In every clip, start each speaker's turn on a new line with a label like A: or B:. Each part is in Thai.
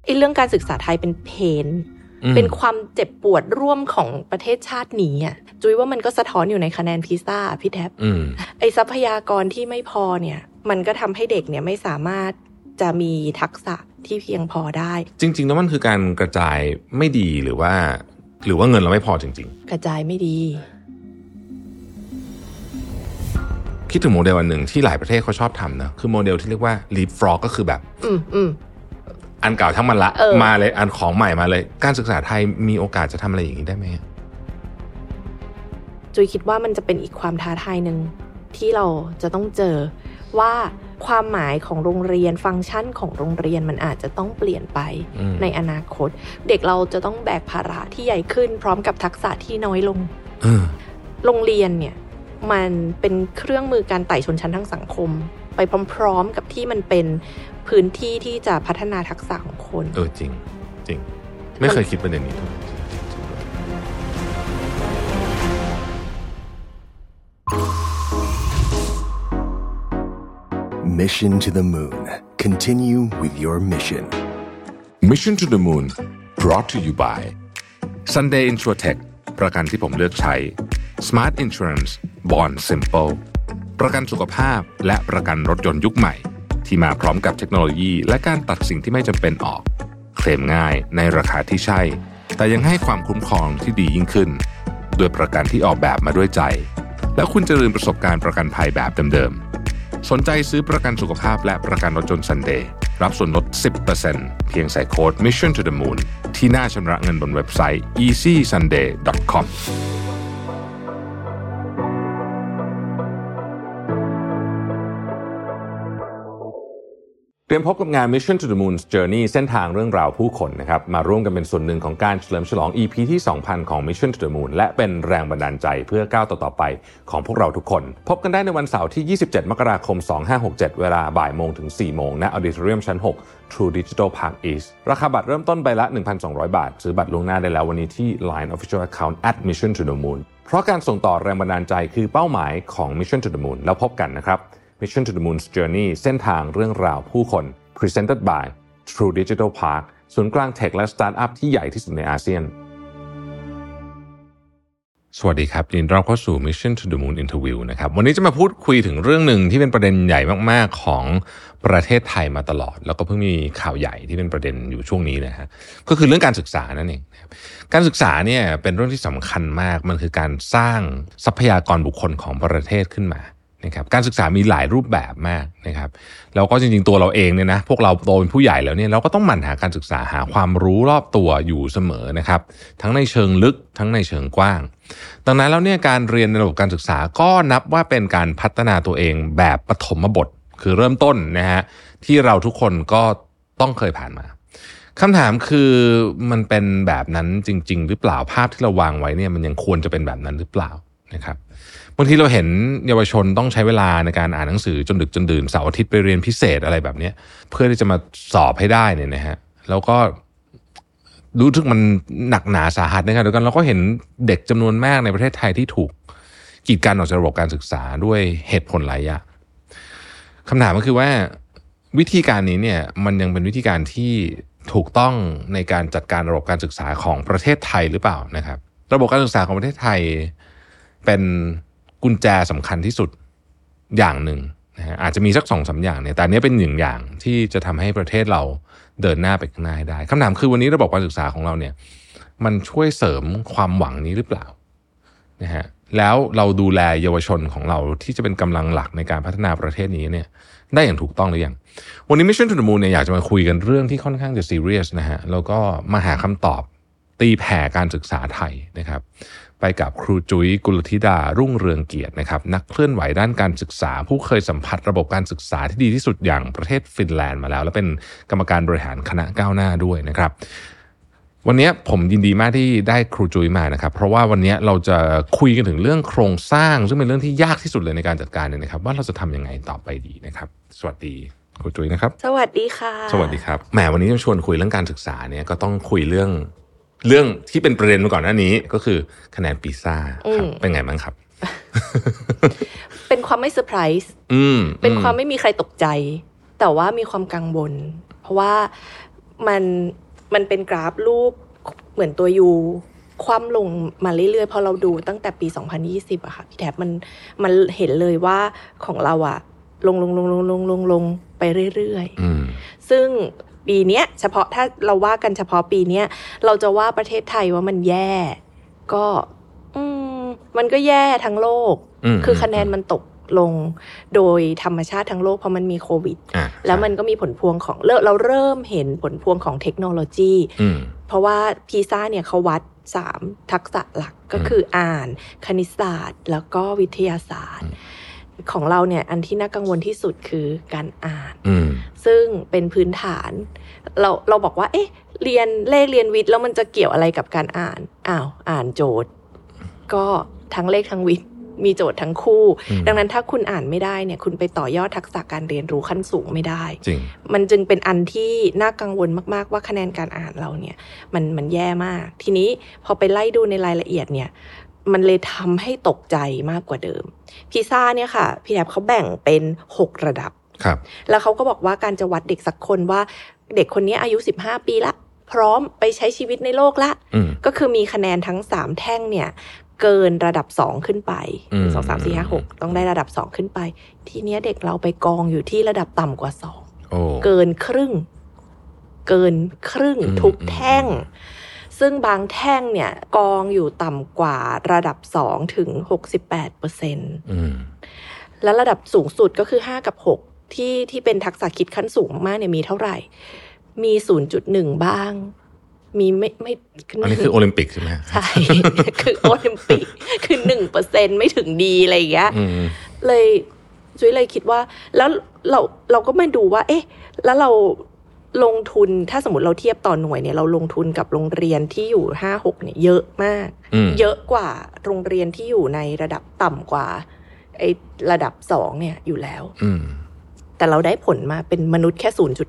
A: เรื่องการศึกษาไทยเป็นเพนเป็นความเจ็บปวดร่วมของประเทศชาตินี้อ่ะจุ้ยว่ามันก็สะท้อนอยู่ในคะแนนพิซซ่าพี่แท็บทรัพยากรที่ไม่พอเนี่ยมันก็ทำให้เด็กเนี่ยไม่สามารถจะมีทักษะที่เพียงพอได้
B: จริงๆแล้วมันคือการกระจายไม่ดีหรือว่าเงินเราไม่พอจริง
A: ๆกระจายไม่ดี
B: คิดถึงโมเดลอันหนึ่งที่หลายประเทศเขาชอบทำนะคือโมเดลที่เรียกว่า leapfrog ก็คือแบบอันเก่าทั้งมันละมาเลยอันของใหม่มาเลยการศึกษาไทยมีโอกาสจะทำอะไรอย่างนี้ได้ไหม
A: จุยคิดว่ามันจะเป็นอีกความท้าทายหนึ่งที่เราจะต้องเจอว่าความหมายของโรงเรียนฟังก์ชันของโรงเรียนมันอาจจะต้องเปลี่ยนไปในอนาคตเด็กเราจะต้องแบกภาระที่ใหญ่ขึ้นพร้อมกับทักษะที่น้อยลงโรงเรียนเนี่ยมันเป็นเครื่องมือการไต่ชนชั้นทางสังคมไปพร้อมๆกับที่มันเป็นพื้นที่ที่จะพัฒนาทักษะของคน
B: จริงจริงไม่เคยคิดประเด็นนี้เลย
C: Mission to the Moon. Continue with your mission.
B: Mission to the Moon brought to you by Sunday Insurtech ประกันที่ผมเลือกใช้ Smart Insurance Bond Simple ประกันสุขภาพและประกันรถยนต์ยุคใหม่ที่มาพร้อมกับเทคโนโลยีและการตัดสิ่งที่ไม่จำเป็นออกเคลมง่ายในราคาที่ใช่แต่ยังให้ความคุ้มครองที่ดียิ่งขึ้นด้วยประกันที่ออกแบบมาด้วยใจและคุณจะลืมประสบการณ์ประกันภัยแบบเดิมๆสนใจซื้อประกันสุขภาพและประกันรถยนต์ Sunday รับส่วนลด 10% เพียงใส่โค้ด Mission to the Moon ที่หน้าชำระเงินบนเว็บไซต์ easysunday.comเตรียมพบกับงาน Mission to the Moon's Journey เส้นทางเรื่องราวผู้คนนะครับมาร่วมกันเป็นส่วนหนึ่งของการเฉลิมฉลอง EP ที่ 2,000 ของ Mission to the Moon และเป็นแรงบันดาลใจเพื่อก้าวต่อไปของพวกเราทุกคนพบกันได้ในวันเสาร์ที่ 27 มกราคม 2567 เวลาบ่ายโมงถึง 4 โมงณ Auditorium ชั้น 6 True Digital Park East ราคาบัตรเริ่มต้นใบละ 1,200 บาทซื้อบัตรล่วงหน้าได้แล้ววันนี้ที่ Line Official Account @Mission to the Moon เพราะการส่งต่อแรงบันดาลใจคือเป้าหมายของ Mission to the Moon แล้วพบกันนะครับ Mission to the Moon's Journey เส้นทางเรื่องราวผู้คนPresented by True Digital Park ศูนย์กลางเทคและสตาร์ทอัพที่ใหญ่ที่สุดในอาเซียนสวัสดีครับยินดีต้อนรับเข้าสู่ Mission to the Moon Interview นะครับวันนี้จะมาพูดคุยถึงเรื่องหนึ่งที่เป็นประเด็นใหญ่มากๆของประเทศไทยมาตลอดแล้วก็เพิ่งมีข่าวใหญ่ที่เป็นประเด็นอยู่ช่วงนี้นะฮะก็คือเรื่องการศึกษานั่นเองการศึกษาเนี่ยเป็นเรื่องที่สำคัญมากมันคือการสร้างทรัพยากรบุคคลของประเทศขึ้นมานะครับการศึกษามีหลายรูปแบบมากนะครับแล้วก็จริงๆตัวเราเองเนี่ยนะพวกเราโตเป็นผู้ใหญ่แล้วเนี่ยเราก็ต้องหมั่นหาการศึกษาหาความรู้รอบตัวอยู่เสมอนะครับทั้งในเชิงลึกทั้งในเชิงกว้างดังนั้นแล้วเนี่ยการเรียนในระบบการศึกษาก็นับว่าเป็นการพัฒนาตัวเองแบบปฐมบทคือเริ่มต้นนะฮะที่เราทุกคนก็ต้องเคยผ่านมาคำถามคือมันเป็นแบบนั้นจริงๆหรือเปล่าภาพที่เราวางไว้เนี่ยมันยังควรจะเป็นแบบนั้นหรือเปล่านะครับบางทีเราเห็นเยาวชนต้องใช้เวลาในการอ่านหนังสือจนดึกจนดื่นเสาร์อาทิตย์ไปเรียนพิเศษอะไรแบบนี้เพื่อที่จะมาสอบให้ได้เนี่ยนะฮะแล้วก็รู้สึกมันหนักหนาสาหัสนะครับเดียวกันเราก็เห็นเด็กจำนวนมากในประเทศไทยที่ถูกกีดกันออกจากระบบการศึกษาด้วยเหตุผลหลายอย่างคำถามก็คือว่าวิธีการนี้เนี่ยมันยังเป็นวิธีการที่ถูกต้องในการจัดการระบบการศึกษาของประเทศไทยหรือเปล่านะครับระบบการศึกษาของประเทศไทยเป็นกุญแจสำคัญที่สุดอย่างหนึ่งนะฮะอาจจะมีสัก 2-3 อย่างเนี่ยแต่อันนี้เป็นหนึ่งอย่างที่จะทำให้ประเทศเราเดินหน้าไปข้างหน้าได้คำถามคือวันนี้ระบบการศึกษาของเราเนี่ยมันช่วยเสริมความหวังนี้หรือเปล่านะฮะแล้วเราดูแลเยาวชนของเราที่จะเป็นกำลังหลักในการพัฒนาประเทศนี้เนี่ยได้อย่างถูกต้องหรือยังวันนี้ Mission to the Moon เนี่ยอยากจะมาคุยกันเรื่องที่ค่อนข้างจะซีเรียสนะฮะแล้วก็มาหาคำตอบตีแผ่การศึกษาไทยนะครับไปกับครูจุ๋ยกุลธิดารุ่งเรืองเกียรตินะครับนักเคลื่อนไหวด้านการศึกษาผู้เคยสัมผัสระบบการศึกษาที่ดีที่สุดอย่างประเทศฟินแลนด์มาแล้วและเป็นกรรมการบริหารคณะก้าวหน้าด้วยนะครับวันนี้ผมยินดีมากที่ได้ครูจุ๋ยมานะครับเพราะว่าวันนี้เราจะคุยกันถึงเรื่องโครงสร้างซึ่งเป็นเรื่องที่ยากที่สุดเลยในการจัดการเนี่ยนะครับว่าเราจะทำยังไงต่อไปดีนะครับสวัสดีครูจุ๋ยนะครับ
A: สวัสดีค่ะ
B: สวัสดีครับแหมวันนี้จะชวนคุยเรื่องการศึกษาเนี่ยก็ต้องคุยเรื่องที่เป็นประเด็นมาก่อนหน้านี้ก็คือคะแนนปีซ่าครับเป็นไงบ้างครับ
A: เป็นความไม่เซอร์ไพรส์เป็นความไม่มีใครตกใจแต่ว่ามีความกังวลเพราะว่ามันเป็นกราฟรูปเหมือนตัวยูคว่ำลงมาเรื่อยๆพอเราดูตั้งแต่ปี2020อะค่ะพี่แทบมันเห็นเลยว่าของเราอะลงไปเรื่อยๆซึ่งปีเนี้ยเฉพาะถ้าเราว่ากันเฉพาะปีเนี้ยเราจะว่าประเทศไทยว่ามันแย่ก็มันก็แย่ทั้งโลกคือคะแนนมันตกลงโดยธรรมชาติทั้งโลกเพราะมันมีโควิดแล้วมันก็มีผลพวงของเราเริ่มเห็นผลพวงของเทคโนโลยีเพราะว่าพีซ่าเนี่ยเขาวัด3ทักษะหลักก็คืออ่านคณิตศาสตร์แล้วก็วิทยาศาสตร์ของเราเนี่ยอันที่น่ากังวลที่สุดคือการอ่านซึ่งเป็นพื้นฐานเราบอกว่าเอ๊ะเรียนเลขเรียนวิทย์แล้วมันจะเกี่ยวอะไรกับการอ่านอ่านโจทย์ก็ทั้งเลขทั้งวิทย์มีโจทย์ทั้งคู่ดังนั้นถ้าคุณอ่านไม่ได้เนี่ยคุณไปต่อยอดทักษะการเรียนรู้ขั้นสูงไม่ได้มันจึงเป็นอันที่น่ากังวลมากๆว่าคะแนนการอ่านเราเนี่ยมันแย่มากทีนี้พอไปไล่ดูในรายละเอียดเนี่ยมันเลยทำให้ตกใจมากกว่าเดิมพีซ่าเนี่ยค่ะพี่แอบเขาแบ่งเป็น6ระดับแล้วเขาก็บอกว่าการจะวัดเด็กสักคนว่าเด็กคนนี้อายุ15ปีละพร้อมไปใช้ชีวิตในโลกละก็คือมีคะแนนทั้ง3แท่งเนี่ยเกินระดับ2ขึ้นไป2 3 4 5 6ต้องได้ระดับ2ขึ้นไปทีเนี้ยเด็กเราไปกองอยู่ที่ระดับต่ำกว่า2เกินครึ่งทุกแท่งซึ่งบางแท่งเนี่ยกองอยู่ต่ำกว่าระดับ2ถึง 68% แล้วระดับสูงสุดก็คือ5กับ6ที่เป็นทักษะคิดขั้นสูงมากๆเนี่ยมีเท่าไหร่มี 0.1 บ้างมีไม่
B: อันนี้คือโอลิมปิกใช่ไหม
A: ใช่ คือโอลิมปิกคือ 1% ไม่ถึงดีอะไรอย่างเงี้ยเลยจุ้ยเลยคิดว่าแล้วเราก็มาดูว่าเอ๊ะแล้วเราลงทุนถ้าสมมติเราเทียบต่อหน่วยเนี่ยเราลงทุนกับโรงเรียนที่อยู่ 5-6 เนี่ยเยอะมากเยอะกว่าโรงเรียนที่อยู่ในระดับต่ำกว่าไอ้ระดับ2เนี่ยอยู่แล้วแต่เราได้ผลมาเป็นมนุษย์แค่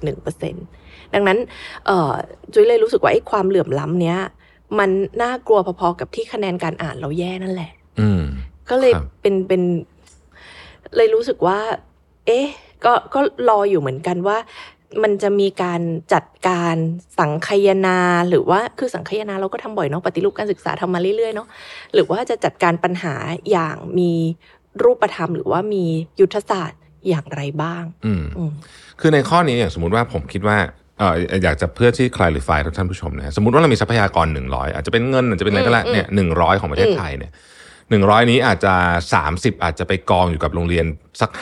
A: 0.1% ดังนั้นจุ้ยเลยรู้สึกว่าไอ้ความเหลื่อมล้ำเนี้ยมันน่ากลัวพอๆกับที่คะแนนการอ่านเราแย่นั่นแหละก็เลยเป็นเลยรู้สึกว่าเอ๊ะก็รออยู่เหมือนกันว่ามันจะมีการจัดการสังคายนาหรือว่าคือสังคายนาเราก็ทำบ่อยเนาะปฏิรูปการศึกษาทำมาเรื่อยๆเนาะหรือว่าจะจัดการปัญหาอย่างมีรูปธรรมหรือว่ามียุทธศาสตร์อย่างไรบ้าง
B: คือในข้อนี้อย่างสมมติว่าผมคิดว่าอยากจะเพื่อที่ clarify ท่านผู้ชมนะสมมติว่าเรามีทรัพยากร100อาจจะเป็นเงินอาจจะเป็นอะไรก็แล้วเนี่ย100ของประเทศไทยเนี่ย100นี้อาจจะ30อาจจะไปกองอยู่กับโรงเรียนสัก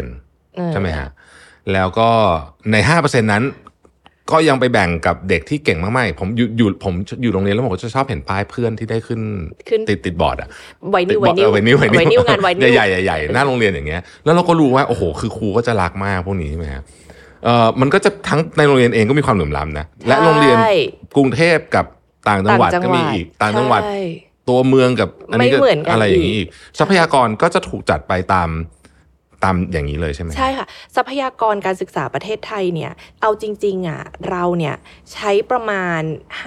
B: 5% ใช่ไหมฮะแล้วก็ใน 5% นั้นก็ยังไปแบ่งกับเด็กที่เก่งมากๆผมอยู่โรงเรียนแล้วผมก็จะชอบเห็นป้ายเพื่อนที่ได้ขึ้นติดบอร์ดอะ
A: ไวนิ้วงานไวนิ้ว
B: ใหญ่ๆหน้าโรงเรียนอย่างเงี้ยแล้วเราก็รู้ว่าโอ้โหคือครูก็จะรักมากพวกนี้ใช่ไหมครับมันก็จะทั้งในโรงเรียนเองก็มีความเหลื่อมล้ำนะและโรงเรียนกรุงเทพกับต่างจังหวัดก็มีอีกต่างจังหวัดตัวเมืองกับอันนี้ก็อะไรอย่างนี้อีกทรัพยากรก็จะถูกจัดไปตามอย่างนี้เลยใช่ไหม
A: ใช่ค่ะทรัพยากรการศึกษาประเทศไทยเนี่ยเอาจริงๆอ่ะเราเนี่ยใช้ประมาณ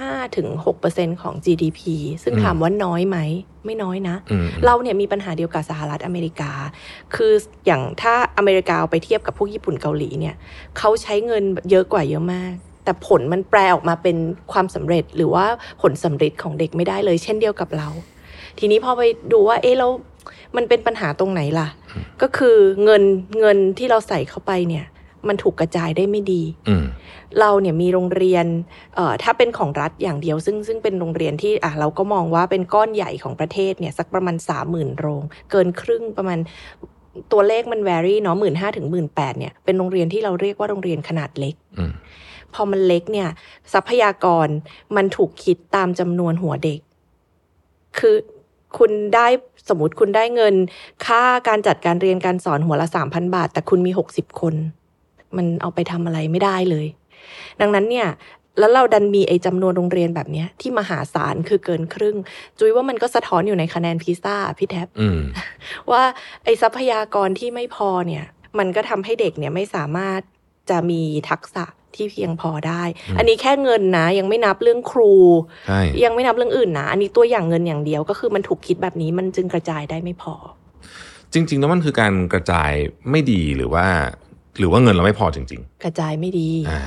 A: 5-6% ของ GDP ซึ่งถามว่าน้อยไหมไม่น้อยนะเราเนี่ยมีปัญหาเดียวกับสหรัฐอเมริกาคืออย่างถ้าอเมริกาเอาไปเทียบกับพวกญี่ปุ่นเกาหลีเนี่ยเขาใช้เงินเยอะกว่าเยอะมากแต่ผลมันแปลออกมาเป็นความสำเร็จหรือว่าผลสำเร็จของเด็กไม่ได้เลยเช่นเดียวกับเราทีนี้พอไปดูว่าแล้วมันเป็นปัญหาตรงไหนล่ะก็คือเงินที่เราใส่เข้าไปเนี่ยมันถูกกระจายได้ไม่ดีเราเนี่ยมีโรงเรียนถ้าเป็นของรัฐอย่างเดียวซึ่งเป็นโรงเรียนที่เราก็มองว่าเป็นก้อนใหญ่ของประเทศเนี่ยสักประมาณ 30,000 โรงเกินครึ่งประมาณตัวเลขมันแวรี่เนาะ 15,000 ถึง 18,000 เนี่ยเป็นโรงเรียนที่เราเรียกว่าโรงเรียนขนาดเล็กพอมันเล็กเนี่ยทรัพยากรมันถูกคิดตามจำนวนหัวเด็กคือคุณได้สมมติคุณได้เงินค่าการจัดการเรียนการสอนหัวละ 3,000 บาทแต่คุณมี60คนมันเอาไปทำอะไรไม่ได้เลยดังนั้นเนี่ยแล้วเราดันมีไอ้จำนวนโรงเรียนแบบนี้ที่มหาศาลคือเกินครึ่งจุ้ยว่ามันก็สะท้อนอยู่ในคะแนนพีซ่าพี่แท็บว่าไอ้ทรัพยากรที่ไม่พอเนี่ยมันก็ทำให้เด็กเนี่ยไม่สามารถจะมีทักษะที่เพียงพอได้อันนี้แค่เงินนะยังไม่นับเรื่องครูยังไม่นับเรื่องอื่นนะอันนี้ตัวอย่างเงินอย่างเดียวก็คือมันถูกคิดแบบนี้มันจึงกระจายได้ไม่พอ
B: จริงๆแล้วมันคือการกระจายไม่ดีหรือว่าเงินเราไม่พอจริง
A: ๆกระจายไม่ดี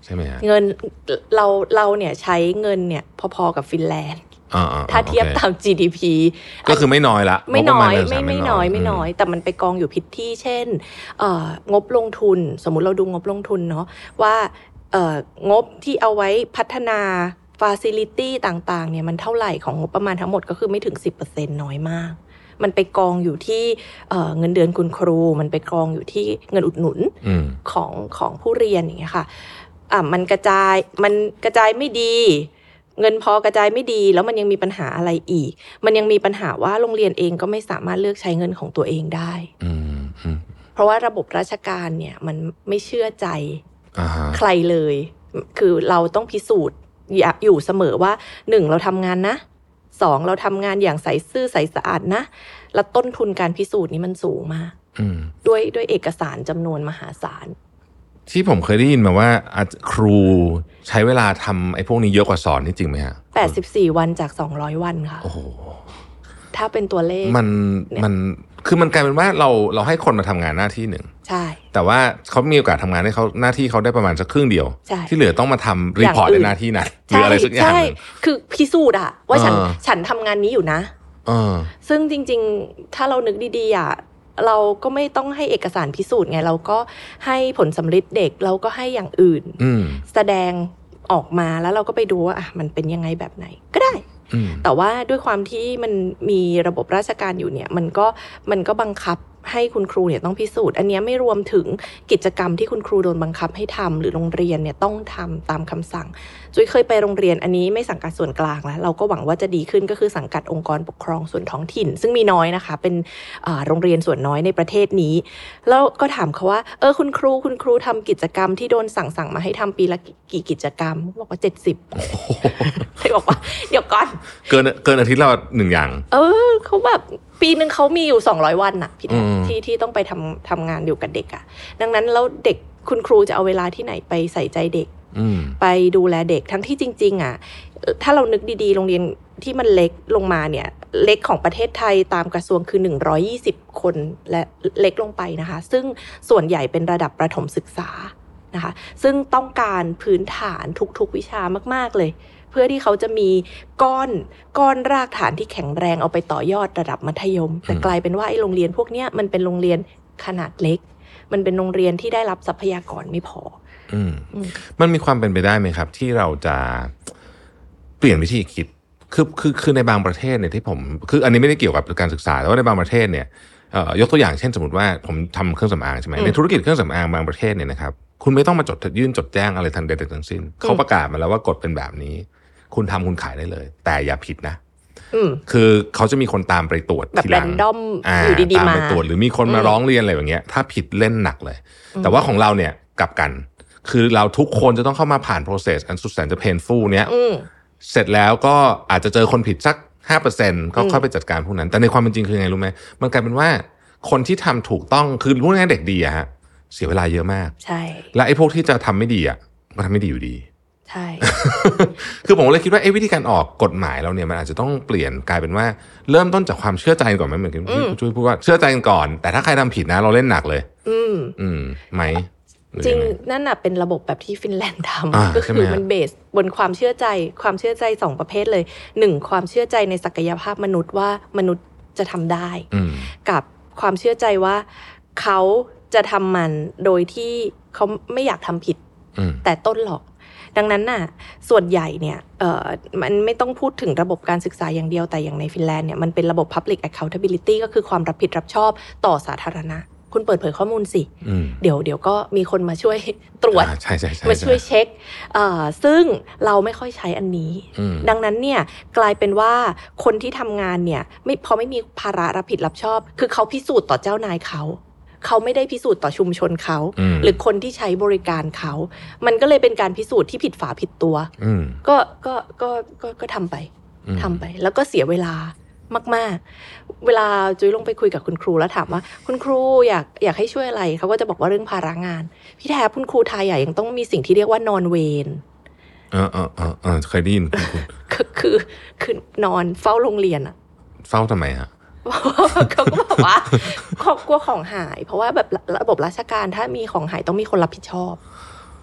B: ใช่ไหมฮะ
A: เงินเราเนี่ยใช้เงินเนี่ยพอๆกับฟินแลนด์ถ้าเทียบตาม GDP
B: ก็คือไม่น้อยละ
A: ไม่น้อยไม่น้อยแต่มันไปกองอยู่ผิดที่เช่นงบลงทุนสมมุติเราดูงบลงทุนเนาะว่างบที่เอาไว้พัฒนา facility ต่างๆเนี่ยมันเท่าไหร่ของงบประมาณทั้งหมดก็คือไม่ถึง 10% น้อยมากมันไปกองอยู่ที่เงินเดือนคุณครูมันไปกองอยู่ที่เงินอุดหนุนของผู้เรียนอย่างเงี้ยค่ะมันกระจายไม่ดีเงินพอกระจายไม่ดีแล้วมันยังมีปัญหาอะไรอีกมันยังมีปัญหาว่าโรงเรียนเองก็ไม่สามารถเลือกใช้เงินของตัวเองได้เพราะว่าระบบราชการเนี่ยมันไม่เชื่อใจใครเลยคือเราต้องพิสูจน์อยู่เสมอว่า1เราทำงานนะ2เราทำงานอย่างใสซื่อใสสะอาดนะแล้วต้นทุนการพิสูจน์นี้มันสูงมากด้วยเอกสารจำนวนมหาศาล
B: ที่ผมเคยได้ยินมาว่าครูใช้เวลาทำไอ้พวกนี้เยอะกว่าสอนนี่จริงไหมฮะ
A: 84วันจาก200วันค่ะ
B: โอ้โห
A: ถ้าเป็นตัวเลข
B: มันคือมันกลายเป็นว่าเราให้คนมาทำงานหน้าที่หนึ่ง
A: ใช่
B: แต่ว่าเขามีโอกาสทำงานให้เขาหน้าที่เขาได้ประมาณสักครึ่งเดียวที่เหลือต้องมาทำรีพอร์ตในหน้าที่นั้นหรืออะไรสักอย่างนึง
A: คือพิสูจน์อะว่าฉันทำงานนี้อยู่นะซึ่งจริงๆถ้าเรานึกดีๆอะเราก็ไม่ต้องให้เอกสารพิสูจน์ไงเราก็ให้ผลสำลิดเด็กเราก็ให้อย่างอื่นแสดงออกมาแล้วเราก็ไปดูว่ามันเป็นยังไงแบบไหนก็ได้แต่ว่าด้วยความที่มันมีระบบราชการอยู่เนี่ยมันก็บังคับให้คุณครูเนี่ยต้องพิสูจน์อันนี้ไม่รวมถึงกิจกรรมที่คุณครูโดนบังคับให้ทำหรือโรงเรียนเนี่ยต้องทำตามคำสั่งจุ้ยเคยไปโรงเรียนอันนี้ไม่สังกัดส่วนกลางแล้วเราก็หวังว่าจะดีขึ้นก็คือสังกัดองค์กรปกครองส่วนท้องถิ่นซึ่งมีน้อยนะคะเป็นโรงเรียนส่วนน้อยในประเทศนี้แล้วก็ถามเขาว่าคุณครูทำกิจกรรมที่โดนสั่งมาให้ทำปีละกี่กิจกรรมบอกว่า70เลยบอกว่าเดี๋ยวก่อน
B: เกินอาทิตย์ละ1อย่าง
A: เขาแบบปีนึงเขามีอยู่200วันน่ะพี่ที่ต้องไปทำงานอยู่กับเด็กอ่ะดังนั้นแล้วเด็กคุณครูจะเอาเวลาที่ไหนไปใส่ใจเด็กไปดูแลเด็กทั้งที่จริงๆอ่ะถ้าเรานึกดีๆโรงเรียนที่มันเล็กลงมาเนี่ยเล็กของประเทศไทยตามกระทรวงคือ120คนและเล็กลงไปนะคะซึ่งส่วนใหญ่เป็นระดับประถมศึกษานะคะซึ่งต้องการพื้นฐานทุกๆวิชามากๆเลยเพื่อที่เขาจะมีก้อนรากฐานที่แข็งแรงเอาไปต่อยอดระดับมัธยมแต่กลายเป็นว่าไอ้โรงเรียนพวกเนี้ยมันเป็นโรงเรียนขนาดเล็กมันเป็นโรงเรียนที่ได้รับทรัพยากรไม่พอ
B: มันมีความเป็นไปได้ไหมครับที่เราจะเปลี่ยนวิธีคิดคือในบางประเทศเนี่ยที่ผมคืออันนี้ไม่ได้เกี่ยวกับการศึกษาแต่ว่าในบางประเทศเนี่ยยกตัวอย่างเช่นสมมติว่าผมทำเครื่องสำอางใช่ไหมในธุรกิจเครื่องสำอางบางประเทศเนี่ยนะครับคุณไม่ต้องมายื่นจดแจ้งอะไรทันใดทั้งสิ้นเขาประกาศมาแล้วว่ากฎเป็นแบบนี้คุณทำคุณขายได้เลยแต่อย่าผิดนะคือเขาจะมีคนตามไปตรวจ
A: ทีหลังแบบแรนดอมอยู่ดีๆมา
B: ตามไปตรวจหรือมีคนมาร้องเรียนอะไรอย่างเงี้ยถ้าผิดเล่นหนักเลยแต่ว่าของเราเนี่ยกลับกันคือเราทุกคนจะต้องเข้ามาผ่าน process อันสุดแสนจะ painful เนี้ยเสร็จแล้วก็อาจจะเจอคนผิดสัก 5% ก็ค่อยไปจัดการพวกนั้นแต่ในความเป็นจริงคือไงรู้ไหมมันกลายเป็นว่าคนที่ทำถูกต้องคือพูดง่ายๆเด็กดีอะฮะเสียเวลาเยอะมาก
A: ใช่
B: และไอ้พวกที่จะทำไม่ดีอะก็ทำไม่ดีอยู่ดี
A: ใช่
B: คือผมเลยคิดว่าวิธีการออกกฎหมายเราเนี่ยมันอาจจะต้องเปลี่ยนกลายเป็นว่าเริ่มต้นจากความเชื่อใจก่อนไหมเหมือนที่ช่วยพูดว่าเชื่อใจกันก่อนแต่ถ้าใครทำผิดนะเราเล่นหนักเลยไหม
A: จริงนั่นน่ะเป็นระบบแบบที่ฟินแลนด์ทำก็คือมันเบสบนความเชื่อใจ2ประเภทเลย1ความเชื่อใจในศักยภาพมนุษย์ว่ามนุษย์จะทำได้กับความเชื่อใจว่าเขาจะทำมันโดยที่เขาไม่อยากทำผิดแต่ต้นหรอกดังนั้นน่ะส่วนใหญ่เนี่ยมันไม่ต้องพูดถึงระบบการศึกษาอย่างเดียวแต่อย่างในฟินแลนด์เนี่ยมันเป็นระบบ public accountability ก็คือความรับผิดรับชอบต่อสาธารณะคุณเปิดเผยข้อมูลสิเดี๋ยวก็มีคนมาช่วยตรวจมาช่วยเช็คซึ่งเราไม่ค่อยใช้อันนี้ดังนั้นเนี่ยกลายเป็นว่าคนที่ทำงานเนี่ยพอไม่มีภาระรับผิดรับชอบคือเขาพิสูจน์ต่อเจ้านายเขาไม่ได้พิสูจน์ต่อชุมชนเขาหรือคนที่ใช้บริการเขามันก็เลยเป็นการพิสูจน์ที่ผิดฝาผิดตัวก็ทำไปแล้วก็เสียเวลามากๆเวลาจุ้ยลงไปคุยกับคุณครูแล้วถามว่าคุณครูอยากให้ช่วยอะไรเขาก็จะบอกว่าเรื่องภาระงานพี่แทบคุณครูไทยยังต้องมีสิ่งที่เรียกว่านอนเวร
B: เคยได้ยิน
A: คือนอนเฝ้าโรงเรียนอะ
B: เฝ้าทำไมฮะ
A: เขาก็บอกว่ากลัวของหายเพราะว่าแบบระบบราชการถ้ามีของหายต้องมีคนรับผิดชอบ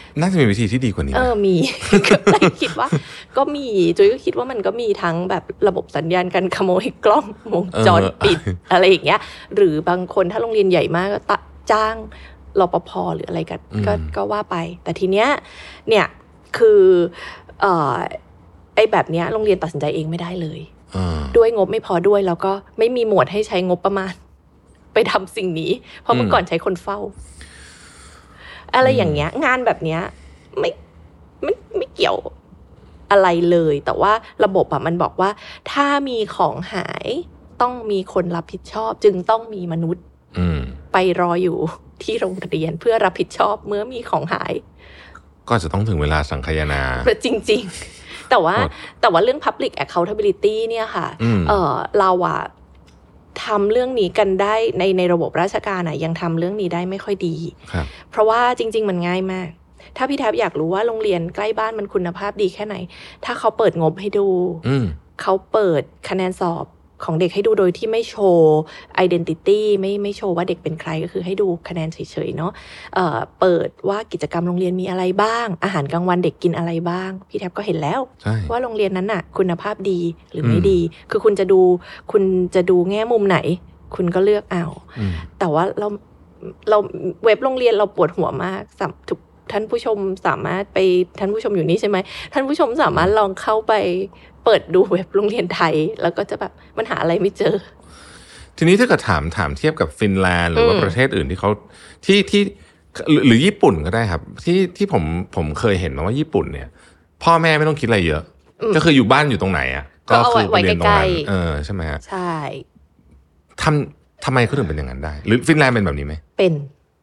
B: น่าจะมีวิธีที่ดีกว่านี้
A: มี ก็คิดว่าก็มีจุ้ยก็คิดว่ามันก็มีทั้งแบบระบบสัญญาณการขโมยกล้องวงจรปิดอะไรอย่างเงี้ยหรือบางคนถ้าโรงเรียนใหญ่มากก็จ้างรปภหรืออะไรกันก็ว่าไปแต่ทีเนี้ยเนี่ยคือไอ้แบบเนี้ยโรงเรียนตัดสินใจเองไม่ได้เลยด้วยงบไม่พอด้วยแล้วก็ไม่มีหมวดให้ใช้งบประมาณไปทำสิ่งนี้เพราะเมื่อก่อนใช้คนเฝ้าอะไรอย่างเงี้ยงานแบบเนี้ยไม่เกี่ยวอะไรเลยแต่ว่าระบบมันบอกว่าถ้ามีของหายต้องมีคนรับผิดชอบจึงต้องมีมนุษย์ไปรออยู่ที่โรงเรียนเพื่อรับผิดชอบเมื่อมีของหาย
B: ก็จะต้องถึงเวลาสังคายนา
A: จริงๆแต่ว่าเรื่อง public accountability เนี่ยค่ะเราทำเรื่องนี้กันได้ในระบบราชการยังทำเรื่องนี้ได้ไม่ค่อยดีเพราะว่าจริงๆมันง่ายมากถ้าพี่แทบอยากรู้ว่าโรงเรียนใกล้บ้านมันคุณภาพดีแค่ไหนถ้าเขาเปิดงบให้ดูเขาเปิดคะแนนสอบของเด็กให้ดูโดยที่ไม่โชว์ identity ไม่โชว์ว่าเด็กเป็นใครก็คือให้ดูคะแนนเฉยๆเนาะเปิดว่ากิจกรรมโรงเรียนมีอะไรบ้างอาหารกลางวันเด็กกินอะไรบ้างพี่แทบก็เห็นแล้วว่าโรงเรียนนั้นน่ะคุณภาพดีหรือไม่ดีคือคุณจะดูแง่มุมไหนคุณก็เลือกเอาแต่ว่าเราเว็บโรงเรียนเราปวดหัวมากท่านผู้ชมสามารถไปท่านผู้ชมอยู่นี่ใช่ไหมท่านผู้ชมสามารถลองเข้าไปเปิดดูเว็บโรงเรียนไทยแล้วก็จะแบบมันหาอะไรไม่เจอ
B: ทีนี้ถ้าเกิดถามเทียบกับฟินแลนด์หรือว่าประเทศอื่นที่เขาที่หรือญี่ปุ่นก็ได้ครับที่ผมเคยเห็นมาว่าญี่ปุ่นเนี่ยพ่อแม่ไม่ต้องคิดอะไรเยอะก็คืออยู่บ้านอยู่ตรงไหนก็คือไปเรียนตรงนั้นใช่ไหมฮะ
A: ใช่
B: ทำไมเขาถึงเป็นอย่างนั้นได้หรือฟินแลนด์เป็นแบบนี้ไหม
A: เป็น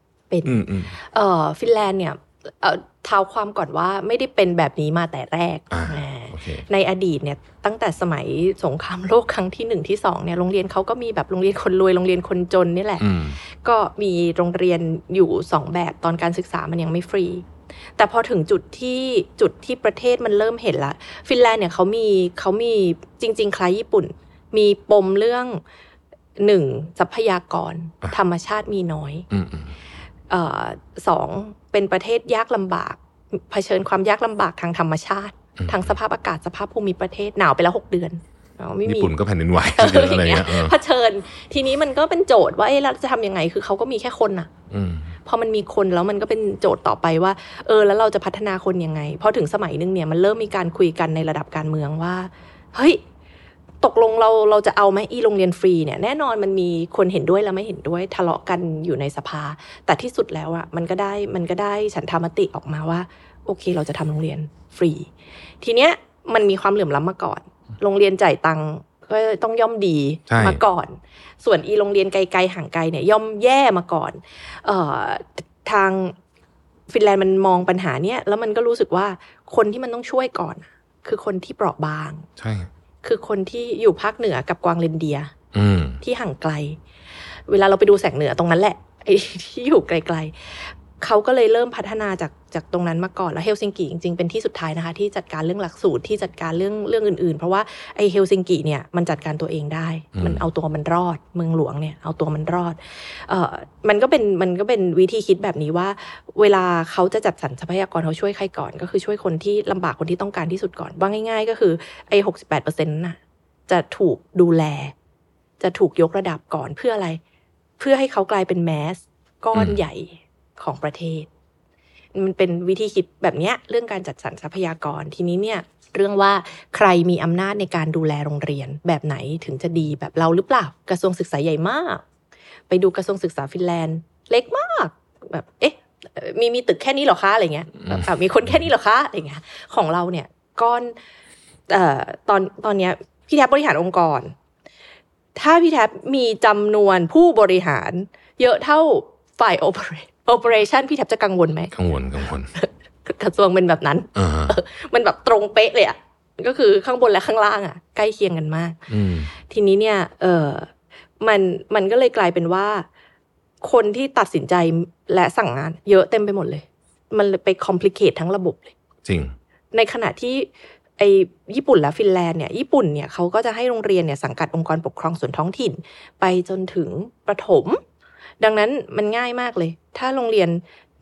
A: ฟินแลนด์เนี่ยเท้าความก่อนว่าไม่ได้เป็นแบบนี้มาแต่แรกในอดีตเนี่ยตั้งแต่สมัยสงครามโลกครั้งที่1ที่2เนี่ยโรงเรียนเขาก็มีแบบโรงเรียนคนรวยโรงเรียนคนจนนี่แหละก็มีโรงเรียนอยู่2แบบตอนการศึกษามันยังไม่ฟรีแต่พอถึงจุดที่ประเทศมันเริ่มเห็นละฟินแลนด์เนี่ยเขามีจริงๆคล้ายญี่ปุ่นมีปมเรื่อง1ทรัพยากรธรรมชาติมีน้อย2เป็นประเทศยากลำบากเผชิญความยากลำบากทางธรรมชาติทางสภาพอากาศสภาพภูมิประเทศหนาวไปแล้ว6 เดือน
B: ญี่ปุ่นก็แผ่นดินไหวอะไรเงี้ย
A: เผชิญทีนี้มันก็เป็นโจทย์ว่าเราจะทำยังไงคือเขาก็มีแค่คนน่ะพอมันมีคนแล้วมันก็เป็นโจทย์ต่อไปว่าแล้วเราจะพัฒนาคนยังไงพอถึงสมัยนึงเนี่ยมันเริ่มมีการคุยกันในระดับการเมืองว่าเฮ้ยตกลงเราจะเอาไหมโรงเรียนฟรีเนี่ยแน่นอนมันมีคนเห็นด้วยและไม่เห็นด้วยทะเลาะกันอยู่ในสภาแต่ที่สุดแล้วมันก็ได้ฉันทามติออกมาว่าโอเคเราจะทำโรงเรียนฟรีทีเนี้ยมันมีความเหลื่อมล้ำมาก่อนโรงเรียนจ่ายตังค์ก็ต้องย่อมดีมาก่อนส่วนโรงเรียนไกลๆห่างไกลเนี่ยย่อมแย่มาก่อนทางฟินแลนด์มันมองปัญหาเนี้ยแล้วมันก็รู้สึกว่าคนที่มันต้องช่วยก่อนคือคนที่เปราะบาง
B: ใช่
A: คือคนที่อยู่ภาคเหนือกับกวางเรนเดียที่ห่างไกลเวลาเราไปดูแสงเหนือตรงนั้นแหละไอ้ที่อยู่ไกลๆเขาก็เลยเริ่มพัฒนาจากตรงนั้นมาก่อนแล้วเฮลซิงกิจริงๆเป็นที่สุดท้ายนะคะที่จัดการเรื่องหลักสูตรที่จัดการเรื่องอื่นๆเพราะว่าไอ้เฮลซิงกิเนี่ยมันจัดการตัวเองได้มันเอาตัวมันรอดเมืองหลวงเนี่ยเอาตัวมันรอดมันก็เป็นวิธีคิดแบบนี้ว่าเวลาเขาจะจัดสรรทรัพยากรเขาช่วยใครก่อนก็คือช่วยคนที่ลำบากคนที่ต้องการที่สุดก่อนว่าง่ายๆก็คือไอ้ 68% น่ะจะถูกดูแลจะถูกยกระดับก่อนเพื่ออะไรเพื่อให้เขากลายเป็นแมสก้อนใหญ่ของประเทศมันเป็นวิธีคิดแบบนี้เรื่องการจัดสรรทรัพยากรทีนี้เนี่ยเรื่องว่าใครมีอำนาจในการดูแลโรงเรียนแบบไหนถึงจะดีแบบเราหรือเปล่ากระทรวงศึกษาใหญ่มากไปดูกระทรวงศึกษาฟินแลนด์เล็กมากแบบมีตึกแค่นี้เหรอคะอะไรเงี้ยมีคนแค่นี้เหรอคะอะไรเงี้ยของเราเนี่ยก้อนตอนเนี้ยพี่แทบบริหารองค์กรถ้าพี่แทบมีจำนวนผู้บริหารเยอะเท่าฝ่ายoperation พี่แทบจะกังวลไหม
B: กังวล
A: กระทรวงเป็นแบบนั้นมันแบบตรงเป๊ะเลยอ่ะก็คือข้างบนและข้างล่างอ่ะใกล้เคียงกันมากทีนี้เนี่ยมันก็เลยกลายเป็นว่าคนที่ตัดสินใจและสั่งงานเยอะเต็มไปหมดเลยมันเลยไปคอมพลีเคททั้งระบบเลย
B: จริง
A: ในขณะที่ไอ้ญี่ปุ่นและฟินแลนด์เนี่ยญี่ปุ่นเนี่ยเขาก็จะให้โรงเรียนเนี่ยสังกัดองค์กรปกครองส่วนท้องถิ่นไปจนถึงประถมดังนั้นมันง่ายมากเลยถ้าโรงเรียน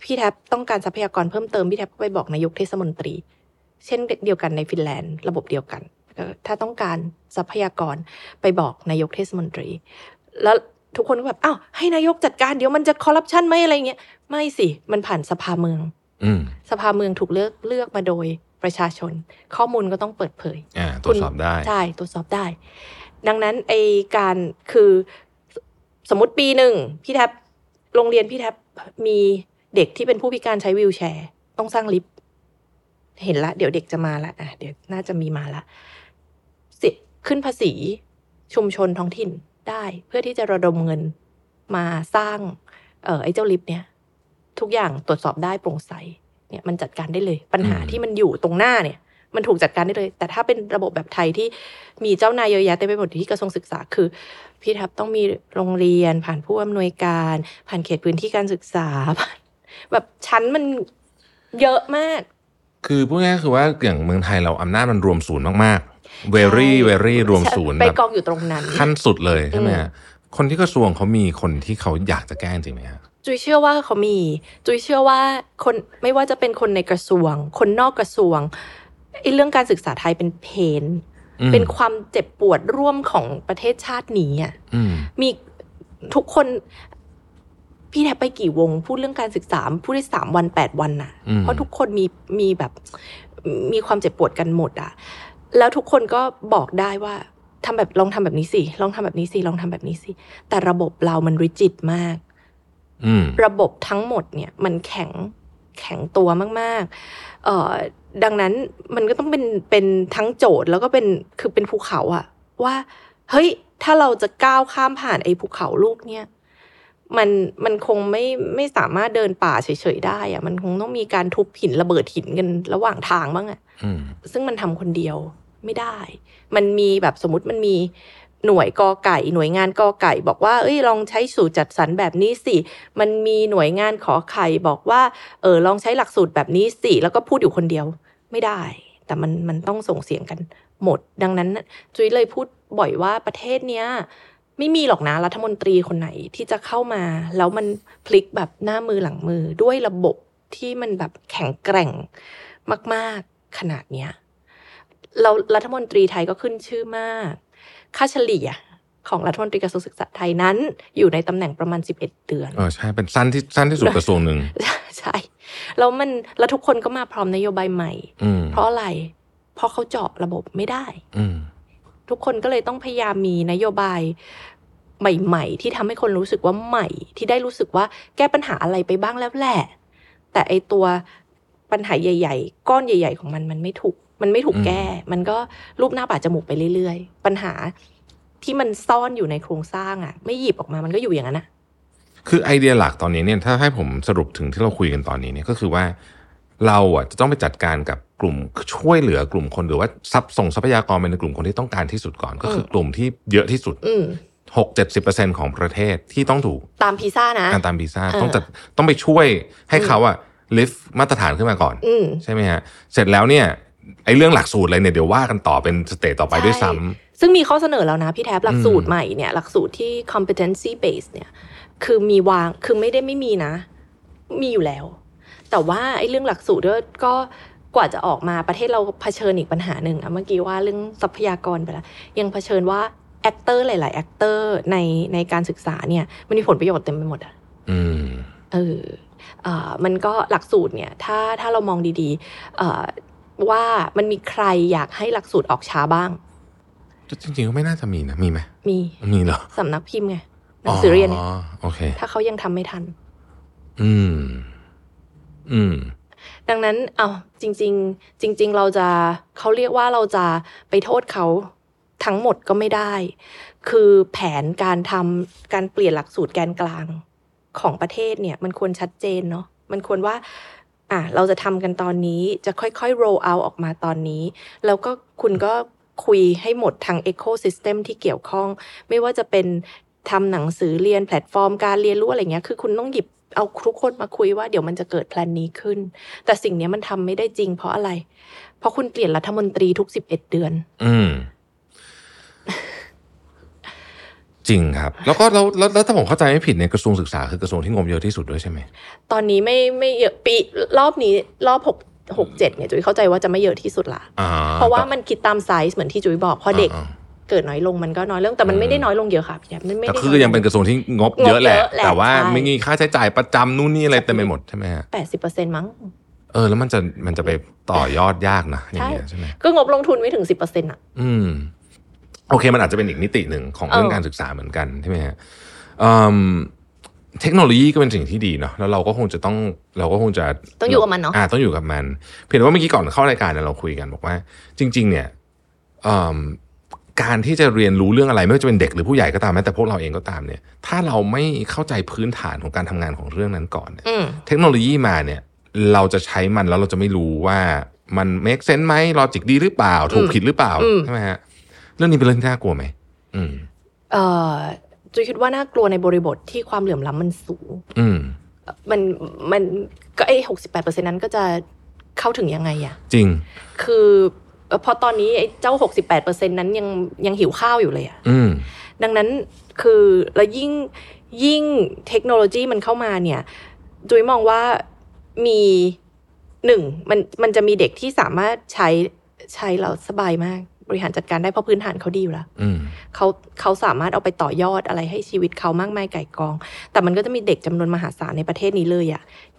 A: พี่แท็บต้องการทรัพยากรเพิ่มเติมพี่แท็บก็ไปบอกนายกเทศมนตรีเช่นเดียวกันในฟินแลนด์ระบบเดียวกันถ้าต้องการทรัพยากรไปบอกนายกเทศมนตรีแล้วทุกคนก็แบบอ้าวให้นายกจัดการเดี๋ยวมันจะคอร์รัปชันไหมอะไรเงี้ยไม่สิมันผ่านสภาเมืองสภาเมืองถูกเลือกมาโดยประชาชนข้อมูลก็ต้องเปิดเผย
B: ตรวจสอบได้
A: ใช่ตรวจสอบได้ดังนั้นไอการคือสมมติปีหนึ่งพี่แท็บโรงเรียนพี่แท็บมีเด็กที่เป็นผู้พิการใช้วีลแชร์ต้องสร้างลิฟต์เห็นละเดี๋ยวเด็กจะมาละเดี๋ยวน่าจะมีมาละขึ้นภาษีชุมชนท้องถิ่นได้เพื่อที่จะระดมเงินมาสร้างไอ้เจ้าลิฟต์เนี่ยทุกอย่างตรวจสอบได้โปร่งใสเนี่ยมันจัดการได้เลยปัญหาที่มันอยู่ตรงหน้าเนี่ยมันถูกจัดการได้เลยแต่ถ้าเป็นระบบแบบไทยที่มีเจ้านายเยอะแยะเต็มไปหมดที่กระทรวงศึกษาคือพี่ทับต้องมีโรงเรียนผ่านผู้อำนวยการผ่านเขตพื้นที่การศึกษาแบบชั้นมันเยอะมาก
B: คือพูดง่ายๆคือว่าอย่างเมืองไทยเราอำนาจมันรวมศูนย์มากๆ very รวมศูนย์
A: ไปกองอยู่ตรงนั้น
B: ขั้นสุดเลยใช่ไหมฮะคนที่กระทรวงเขามีคนที่เขาอยากจะแก้จริงไหมฮะ
A: จุยเชื่อว่าเขามีจุยเชื่อว่าคนไม่ว่าจะเป็นคนในกระทรวงคนนอกกระทรวงเรื่องการศึกษาไทยเป็นเพนเป็นความเจ็บปวดร่วมของประเทศชาตินี้อ่ะมีทุกคนพี่แทบไปกี่วงพูดเรื่องการศึกษาพูดได้3 วัน 8 วันน่ะเพราะทุกคนมีแบบมีความเจ็บปวดกันหมดอ่ะแล้วทุกคนก็บอกได้ว่าลองทำแบบนี้สิลองทำแบบนี้สิลองทำแบบนี้สิแต่ระบบเรามันริจิดมากระบบทั้งหมดเนี่ยมันแข็งตัวมากๆดังนั้นมันก็ต้องเป็นทั้งโจทย์แล้วก็เป็นภูเขาอะว่าเฮ้ยถ้าเราจะก้าวข้ามผ่านไอ้ภูเขาลูกเนี่ยมันคงไม่สามารถเดินป่าเฉยๆได้อะมันคงต้องมีการทุบหินระเบิดหินกันระหว่างทางบ้างอะซึ่งมันทำคนเดียวไม่ได้มันมีแบบสมมติมันมีหน่วยกอไก่หน่วยงานกอไก่บอกว่าเอ้ยลองใช้สูตรจัดสรรแบบนี้สิมันมีหน่วยงานขอไข่บอกว่าลองใช้หลักสูตรแบบนี้สิแล้วก็พูดอยู่คนเดียวไม่ได้แต่มันต้องส่งเสียงกันหมดดังนั้นจุ้ยเลยพูดบ่อยว่าประเทศเนี้ยไม่มีหรอกนะรัฐมนตรีคนไหนที่จะเข้ามาแล้วมันพลิกแบบหน้ามือหลังมือด้วยระบบที่มันแบบแข็งแกร่งมากๆขนาดเนี้ยเรารัฐมนตรีไทยก็ขึ้นชื่อมากค่าเฉลี่ยของรัฐมนตรีกระทรวงศึกษาไทยนั้นอยู่ในตำแหน่งประมาณ11 เดือน
B: ใช่เป็นสั้นที่สุดกระทรวงนึง
A: ใช่แล้วทุกคนก็มาพร้อมนโยบายใหม่เพราะอะไรเพราะเขาเจาะระบบไม่ได้ทุกคนก็เลยต้องพยายามมีนโยบายใหม่ๆที่ทำให้คนรู้สึกว่าใหม่ที่ได้รู้สึกว่าแก้ปัญหาอะไรไปบ้างแล้วแหละแต่ไอตัวปัญหาใหญ่ๆก้อนใหญ่ๆของมันไม่ถูกแก้มันก็รูปหน้าป่าจมูกไปเรื่อยๆปัญหาที่มันซ่อนอยู่ในโครงสร้างอ่ะไม่หยิบออกมามันก็อยู่อย่างนั้นนะ
B: คือไอเดียหลักตอนนี้เนี่ยถ้าให้ผมสรุปถึงที่เราคุยกันตอนนี้เนี่ยก็คือว่าเราอ่ะจะต้องไปจัดการกับกลุ่มช่วยเหลือกลุ่มคนหรือว่าส่งทรัพยากรไปในกลุ่มคนที่ต้องการที่สุดก่อนก็คือกลุ่มที่เยอะที่สุด60-70% ของประเทศที่ต้องถูก
A: ตามพีซ่านะ
B: ตามพีซ่าต้องไปช่วยให้เขาอ่ะลิฟต์มาตรฐานขึ้นมาก่อนใช่ไหมฮะเสร็จแล้วเนี่ยไอ้เรื่องหลักสูตรอะไรเนี่ยเดี๋ยวว่ากันต่อเป็นสเตจต่อไปด้วยซ้ำ
A: ซึ่งมีข้อเสนอแล้วนะพี่แท็บหลักสูตรใหม่เนี่ยหลักสูตรที่ competency based เนี่ยคือมีวางคือไม่มีนะมีอยู่แล้วแต่ว่าไอ้เรื่องหลักสูตรก็กว่าจะออกมาประเทศเราเผชิญอีกปัญหาหนึ่งเมื่อกี้ว่าเรื่องทรัพยากรไปแล้วยังเผชิญว่าแอคเตอร์หลายๆแอคเตอร์ในการศึกษาเนี่ยมันมีผลประโยชน์เต็มไปหมดอ่ะมันก็หลักสูตรเนี่ยถ้าเรามองดีๆว่ามันมีใครอยากให้หลักสูตรออกช้าบ้าง
B: จริงๆก็ไม่น่าจะมีนะมีไหมมีเหรอ
A: สำนักพิมพ์ไงหนังสือเรียนเนี่ย
B: โอเค
A: ถ้าเขายังทำไม่ทันดังนั้นจริงเราจะเขาเรียกว่าเราจะไปโทษเขาทั้งหมดก็ไม่ได้คือแผนการเปลี่ยนหลักสูตรแกนกลางของประเทศเนี่ยมันควรชัดเจนเนาะมันควรว่าเราจะทำกันตอนนี้จะค่อยๆ roll out ออกมาตอนนี้แล้วก็คุณก็คุยให้หมดทาง ecosystem ที่เกี่ยวข้องไม่ว่าจะเป็นทำหนังสือเรียนแพลตฟอร์มการเรียนรู้อะไรเงี้ยคือคุณต้องหยิบเอาทุกคนมาคุยว่าเดี๋ยวมันจะเกิดแพลนนี้ขึ้นแต่สิ่งนี้มันทำไม่ได้จริงเพราะอะไรเพราะคุณเปลี่ยนรัฐมนตรีทุก11 เดือน
B: จริงครับแล้วก็แล้วถ้าผมเข้าใจไม่ผิดในกระทรวงศึกษาคือกระทรวงที่งบเยอะที่สุดด้วยใช่ไหม
A: ตอนนี้ไม่เยอะปีรอบนี้รอบ6-7เนี่ยจุ๋ยเข้าใจว่าจะไม่เยอะที่สุดละเพราะว่ามันคิดตามไซส์เหมือนที่จุ๋ยบอกพอเด็กเกิดน้อยลงมันก็น้อยลงแต่มันไม่ได้น้อยลงเยอะค่ะพี่ไม่ได้
B: คือยังเป็นกระทรวงที่งบเยอะแหละแต่ว่าไม่มีค่าใช้จ่ายประจำนู่นนี่อะไรเต็มไปหมดใช่ไหมฮะ
A: 80% มั้ง
B: แล้วมันจะไปต่อยอดยากนะอย่างเงี้ยใช่ไหม
A: ก็งบลงทุนไม่ถึง 10% อ่ะ
B: โอเคมันอาจจะเป็นอีกมิติหนึ่งของเรื่องการศึกษาเหมือนกันใช่ไหมฮะเทคโนโลยีก็เป็นสิ่งที่ดีเนาะแล้วเราก็คงจะต้อง
A: อยู่กับมันเนาะ
B: ต้องอยู่กับมันเพียงแต่ว่าเมื่อกี้ก่อนเข้ารายการเราคุยกันบอกว่าจริงๆเนี่ยการที่จะเรียนรู้เรื่องอะไรไม่ว่าจะเป็นเด็กหรือผู้ใหญ่ก็ตามแม้แต่พวกเราเองก็ตามเนี่ยถ้าเราไม่เข้าใจพื้นฐานของการทำงานของเรื่องนั้นก่อนเนี่ยเทคโนโลยีมาเนี่ยเราจะใช้มันแล้วเราจะไม่รู้ว่ามัน make sense ไหมลอจิกดีหรือเปล่าถูกผิดหรือเปล่าใช่ไหมฮะเรื่องนี้เป็นเรื่องที่น่ากลัวไหม
A: จุยคิดว่าน่ากลัวในบริบทที่ความเหลื่อมล้ำมันสูงมันก็ไอ้ 68% นั้นก็จะเข้าถึงยังไงอะ
B: จริง
A: คือพอตอนนี้ไอ้เจ้า 68% นั้นยังหิวข้าวอยู่เลยอะดังนั้นคือแล้วยิ่งเทคโนโลยีมันเข้ามาเนี่ยจุยมองว่ามีมันจะมีเด็กที่สามารถใช้แล้วสบายมากบริหารจัดการได้เพราะพื้นฐานเขาดีอยู่แล้วเขาสามารถเอาไปต่อยอดอะไรให้ชีวิตเขามากมายไก่กองแต่มันก็จะมีเด็กจำนวนมหาศาลในประเทศนี้เลยอะ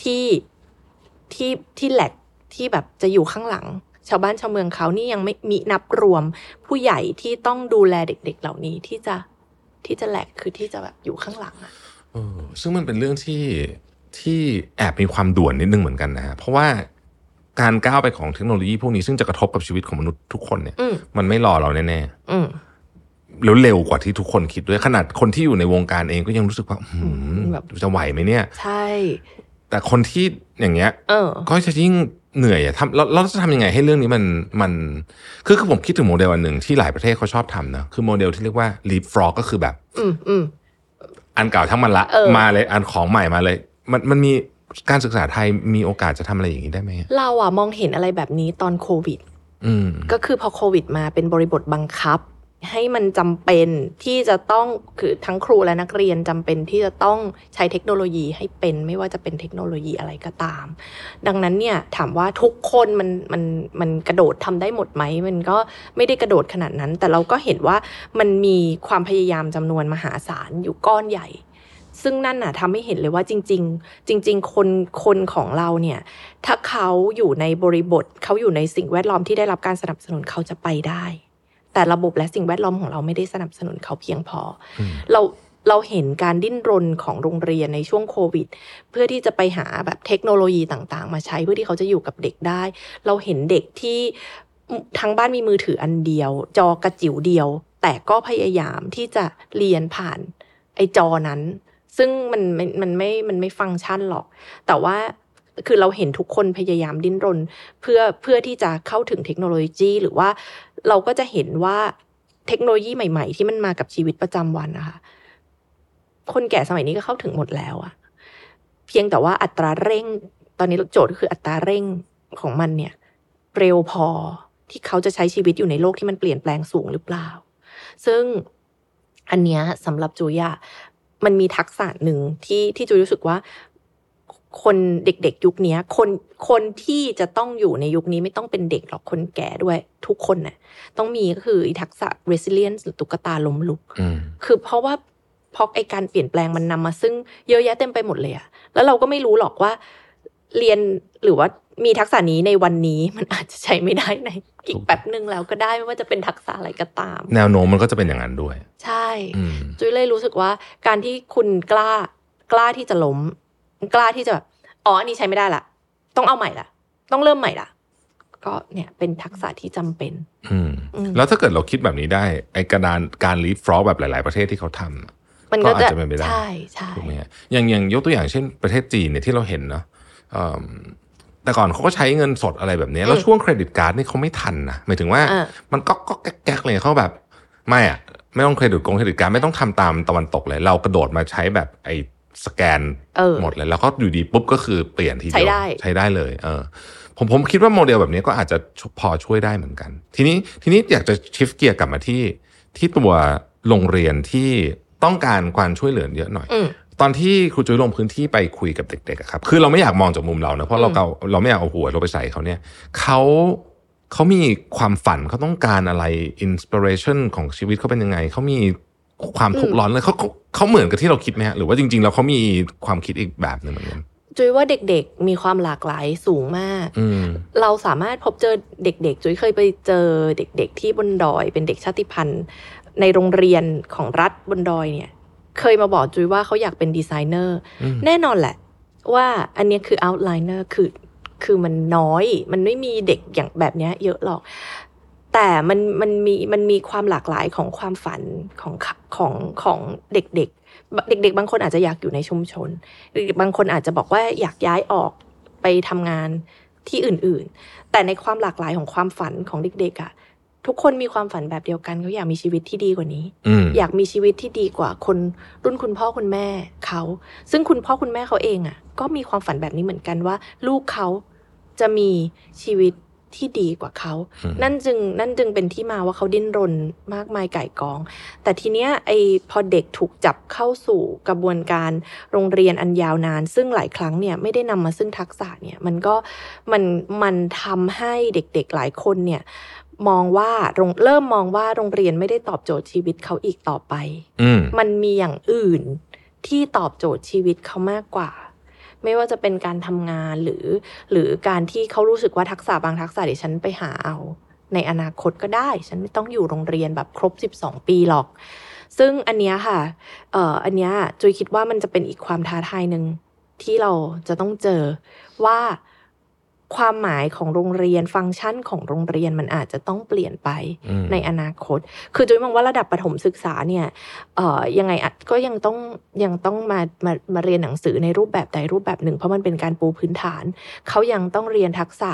A: ที่แหลกที่แบบจะอยู่ข้างหลังชาวบ้านชาวเมืองเขานี่ยังไม่มีนับรวมผู้ใหญ่ที่ต้องดูแลเด็กๆเหล่านี้ที่จะแหลกคือที่จะแบบอยู่ข้างหลังอะ
B: ซึ่งมันเป็นเรื่องที่แอบมีความด่วนนิดนึงเหมือนกันนะฮะเพราะว่าการก้าวไปของเทคโนโลยีพวกนี้ซึ่งจะกระทบกับชีวิตของมนุษย์ทุกคนเนี่ยมันไม่รอเราแน่ๆแล้วเร็วกว่าที่ทุกคนคิดด้วยขนาดคนที่อยู่ในวงการเองก็ยังรู้สึกว่าแบบจะไหวไหมเนี่ย
A: ใช่
B: แต่คนที่อย่างเงี้ยก็จะยิ่งเหนื่อยอะทำเราจะทำยังไงให้เรื่องนี้มันคือผมคิดถึงโมเดลอันหนึ่งที่หลายประเทศเขาชอบทำนะคือโมเดลที่เรียกว่า leapfrog ก็คือแบบอันเก่าทั้งมันละมาเลยอันของใหม่มาเลยมันมีการศึกษาไทยมีโอกาสจะทำอะไรอย่างนี้ได้ไหม
A: เราอะมองเห็นอะไรแบบนี้ตอนโควิดก็คือพอโควิดมาเป็นบริบทบังคับให้มันจำเป็นที่จะต้องคือทั้งครูและนักเรียนจำเป็นที่จะต้องใช้เทคโนโลยีให้เป็นไม่ว่าจะเป็นเทคโนโลยีอะไรก็ตามดังนั้นเนี่ยถามว่าทุกคนมันกระโดดทำได้หมดไหมมันก็ไม่ได้กระโดดขนาดนั้นแต่เราก็เห็นว่ามันมีความพยายามจำนวนมหาศาลอยู่ก้อนใหญ่ซึ่งนั่นน่ะทำให้เห็นเลยว่าจริงคนของเราเนี่ยถ้าเขาอยู่ในบริบทเขาอยู่ในสิ่งแวดล้อมที่ได้รับการสนับสนุนเขาจะไปได้แต่ระบบและสิ่งแวดล้อมของเราไม่ได้สนับสนุนเขาเพียงพอเราเห็นการดิ้นรนของโรงเรียนในช่วงโควิดเพื่อที่จะไปหาแบบเทคโนโลยีต่างๆมาใช้เพื่อที่เขาจะอยู่กับเด็กได้เราเห็นเด็กที่ทั้งบ้านมีมือถืออันเดียวจอกระจิ๋วเดียวแต่ก็พยายามที่จะเรียนผ่านไอ้จอนั้นซึ่งมันไม่ฟังก์ชันหรอกแต่ว่าคือเราเห็นทุกคนพยายามดิ้นรนเพื่อที่จะเข้าถึงเทคโนโลยีหรือว่าเราก็จะเห็นว่าเทคโนโลยีใหม่ๆที่มันมากับชีวิตประจำวันนะคะคนแก่สมัยนี้ก็เข้าถึงหมดแล้วอะเพียงแต่ว่าอัตราเร่งตอนนี้โจทย์ก็คืออัตราเร่งของมันเนี่ยเร็วพอที่เขาจะใช้ชีวิตอยู่ในโลกที่มันเปลี่ยนแปลงสูงหรือเปล่าซึ่งอันเนี้ยสำหรับจุยอะมันมีทักษะหนึ่งที่จุยรู้สึกว่าคนเด็กๆยุคนี้คนที่จะต้องอยู่ในยุคนี้ไม่ต้องเป็นเด็กหรอกคนแก่ด้วยทุกคนน่ะต้องมีก็คือทักษะ resilience หรือตุ๊กตาล้มลุกคือเพราะไอ้การเปลี่ยนแปลงมันนำมาซึ่งเยอะแยะเต็มไปหมดเลยอะแล้วเราก็ไม่รู้หรอกว่าเรียนหรือว่ามีทักษะนี้ในวันนี้มันอาจจะใช้ไม่ได้ในอีกแป๊บนึงแล้วก็ได้ไม่ว่าจะเป็นทักษะอะไรก็ตาม
B: แนวโน้มมันก็จะเป็นอย่างนั้นด้วย
A: ใช่จุ้ยเลยรู้สึกว่าการที่คุณกล้าที่จะล้มกล้าที่จะอันนี้ใช้ไม่ได้ละต้องเอาใหม่ละต้องเริ่มใหม่ละก็เนี่ยเป็นทักษะที่จำเป็น
B: แล้วถ้าเกิดเราคิดแบบนี้ได้ไอ้การลีฟฟรอแบบหลายๆประเทศที่เขาทำมันก็อาจจะเป็นไปได้
A: ใช่ใช่
B: ถูกไหมอย่างยกตัวอย่างเช่นประเทศจีนเนี่ยที่เราเห็นเนาะแต่ก่อนเขาก็ใช้เงินสดอะไรแบบนี้แล้วช่วงเครดิตการ์ดนี่เขาไม่ทันนะหมายถึงว่ามันก็แก๊กเลยเขาแบบไม่ต้องเครดิตการ์ดไม่ต้องทำตามตะวันตกเลยเรากระโดดมาใช้แบบไอ้สแกนหมดเลยแล้วก็อยู่ดีปุ๊บก็คือเปลี่ยนทีเดียวใช้ได้เลยผมคิดว่าโมเดลแบบนี้ก็อาจจะพอช่วยได้เหมือนกันทีนี้อยากจะชิฟต์เกียร์กลับมาที่ตัวโรงเรียนที่ต้องการความช่วยเหลือเยอะหน่อยตอนที่ครูจุ้ยลงพื้นที่ไปคุยกับเด็กๆครับคือเราไม่อยากมองจากมุมเรานะเพราะเราไม่อยากเอาหัวเราไปใส่เขาเนี่ยเขามีความฝันเขาต้องการอะไรอินสปิเรชันของชีวิตเขาเป็นยังไงเขามีความทุกข์ร้อนเลยเขาเหมือนกับที่เราคิดไหมฮะหรือว่าจริงๆแล้วเขามีความคิดอีกแบบนึงเหมือนกัน
A: จุ้ยว่าเด็กๆมีความหลากหลายสูงมากเราสามารถพบเจอเด็กๆจุ้ยเคยไปเจอเด็กๆที่บนดอยเป็นเด็กชาติพันธุ์ในโรงเรียนของรัฐบนดอยเนี่ยเคยมาบอกจุ้ยว่าเขาอยากเป็นดีไซเนอร์แน่นอนแหละว่าอันนี้คือเอาท์ไลเนอร์คือมันน้อยมันไม่มีเด็กอย่างแบบนี้เยอะหรอกแต่มันมีความหลากหลายของความฝันของเด็กบางคนอาจจะอยากอยู่ในชุมชนบางคนอาจจะบอกว่าอยากย้ายออกไปทำงานที่อื่นๆแต่ในความหลากหลายของความฝันของเด็กๆอ่ะทุกคนมีความฝันแบบเดียวกันเขาอยากมีชีวิตที่ดีกว่านี้อยากมีชีวิตที่ดีกว่าคนรุ่นคุณพ่อคุณแม่เขาซึ่งคุณพ่อคุณแม่เขาเองอ่ะก็มีความฝันแบบนี้เหมือนกันว่าลูกเขาจะมีชีวิตที่ดีกว่าเขานั่นจึงเป็นที่มาว่าเขาดิ้นรนมากมายก่ายกองแต่ทีเนี้ยพอเด็กถูกจับเข้าสู่กระบวนการโรงเรียนอันยาวนานซึ่งหลายครั้งเนี่ยไม่ได้นำมาซึ่งทักษะเนี่ยมันทำให้เด็กๆหลายคนเนี่ยเริ่มมองว่าโรงเรียนไม่ได้ตอบโจทย์ชีวิตเขาอีกต่อไปมันมีอย่างอื่นที่ตอบโจทย์ชีวิตเขามากกว่าไม่ว่าจะเป็นการทำงานหรือการที่เขารู้สึกว่าทักษะบางทักษะเดี๋ยวฉันไปหาเอาในอนาคตก็ได้ฉันไม่ต้องอยู่โรงเรียนแบบครบ12ปีหรอกซึ่งอันเนี้ยค่ะอันเนี้ยจุยคิดว่ามันจะเป็นอีกความท้าทายนึงที่เราจะต้องเจอว่าความหมายของโรงเรียนฟังก์ชันของโรงเรียนมันอาจจะต้องเปลี่ยนไปในอนาคตคือจุ้ยมองว่าระดับประถมศึกษาเนี่ยยังไงก็ยังต้องมาเรียนหนังสือในรูปแบบใดรูปแบบหนึ่งเพราะมันเป็นการปูพื้นฐานเขายังต้องเรียนทักษะ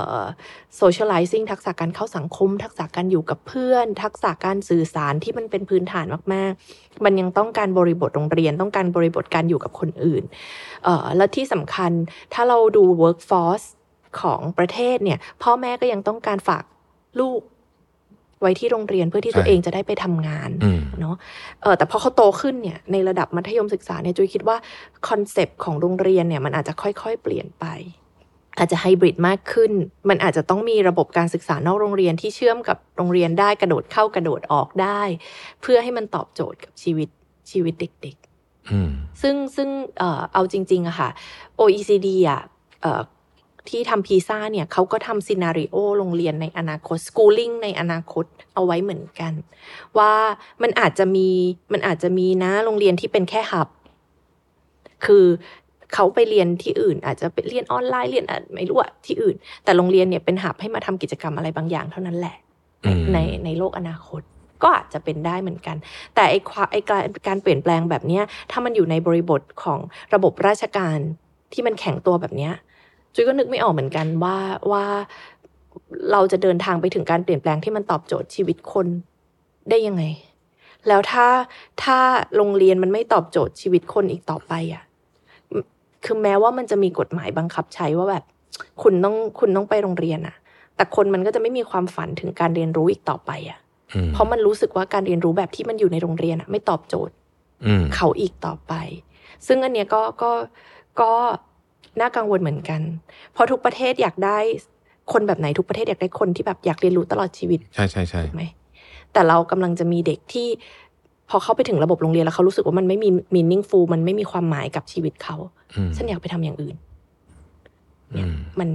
A: socializing ทักษะการเข้าสังคมทักษะการอยู่กับเพื่อนทักษะการสื่อสารที่มันเป็นพื้นฐานมากๆมันยังต้องการบริบทโรงเรียนต้องการบริบทการอยู่กับคนอื่นและที่สำคัญถ้าเราดู workforceของประเทศเนี่ยพ่อแม่ก็ยังต้องการฝากลูกไว้ที่โรงเรียนเพื่อที่ตัวเองจะได้ไปทำงานเนาะแต่พอเขาโตขึ้นเนี่ยในระดับมัธยมศึกษาเนี่ยจุ้ยคิดว่าคอนเซปต์ของโรงเรียนเนี่ยมันอาจจะค่อยๆเปลี่ยนไปอาจจะไฮบริดมากขึ้นมันอาจจะต้องมีระบบการศึกษานอกโรงเรียนที่เชื่อมกับโรงเรียนได้กระโดดเข้ากระโดดออกได้เพื่อให้มันตอบโจทย์กับชีวิตเด็กๆซึ่งเอาจริงๆอะค่ะ OECD อะที่ทำพีซ่าเนี่ยเขาก็ทำซีนาริโอโรงเรียนในอนาคต schooling ในอนาคตเอาไว้เหมือนกันว่ามันอาจจะมีนะโรงเรียนที่เป็นแค่หับคือเขาไปเรียนที่อื่นอาจจะไปเรียนออนไลน์เรียนไม่รู้อะที่อื่นแต่โรงเรียนเนี่ยเป็นหับให้มาทำกิจกรรมอะไรบางอย่างเท่านั้นแหละในโลกอนาคตก็อาจจะเป็นได้เหมือนกันแต่การเปลี่ยนแปลงแบบนี้ถ้ามันอยู่ในบริบทของระบบราชการที่มันแข็งตัวแบบนี้จุ้ยก็นึกไม่ออกเหมือนกันว่าเราจะเดินทางไปถึงการเปลี่ยนแปลงที่มันตอบโจทย์ชีวิตคนได้ยังไงแล้วถ้าโรงเรียนมันไม่ตอบโจทย์ชีวิตคนอีกต่อไปอ่ะคือแม้ว่ามันจะมีกฎหมายบังคับใช้ว่าแบบคุณต้องไปโรงเรียนอ่ะแต่คนมันก็จะไม่มีความฝันถึงการเรียนรู้อีกต่อไปอ่ะเพราะมันรู้สึกว่าการเรียนรู้แบบที่มันอยู่ในโรงเรียนอ่ะไม่ตอบโจทย์เขาอีกต่อไปซึ่งอันเนี้ยก็น่ากังวลเหมือนกันเพราะทุกประเทศอยากได้คนแบบไหนทุกประเทศอยากได้คนที่แบบอยากเรียนรู้ตลอดชีวิต
B: ใช่ถู
A: กไหมแต่เรากำลังจะมีเด็กที่พอเข้าไปถึงระบบโรงเรียนแล้วเขารู้สึกว่ามันไม่มี meaningful มันไม่มีความหมายกับชีวิตเขาฉันอยากไปทำอย่างอื่นเนี่ยมัน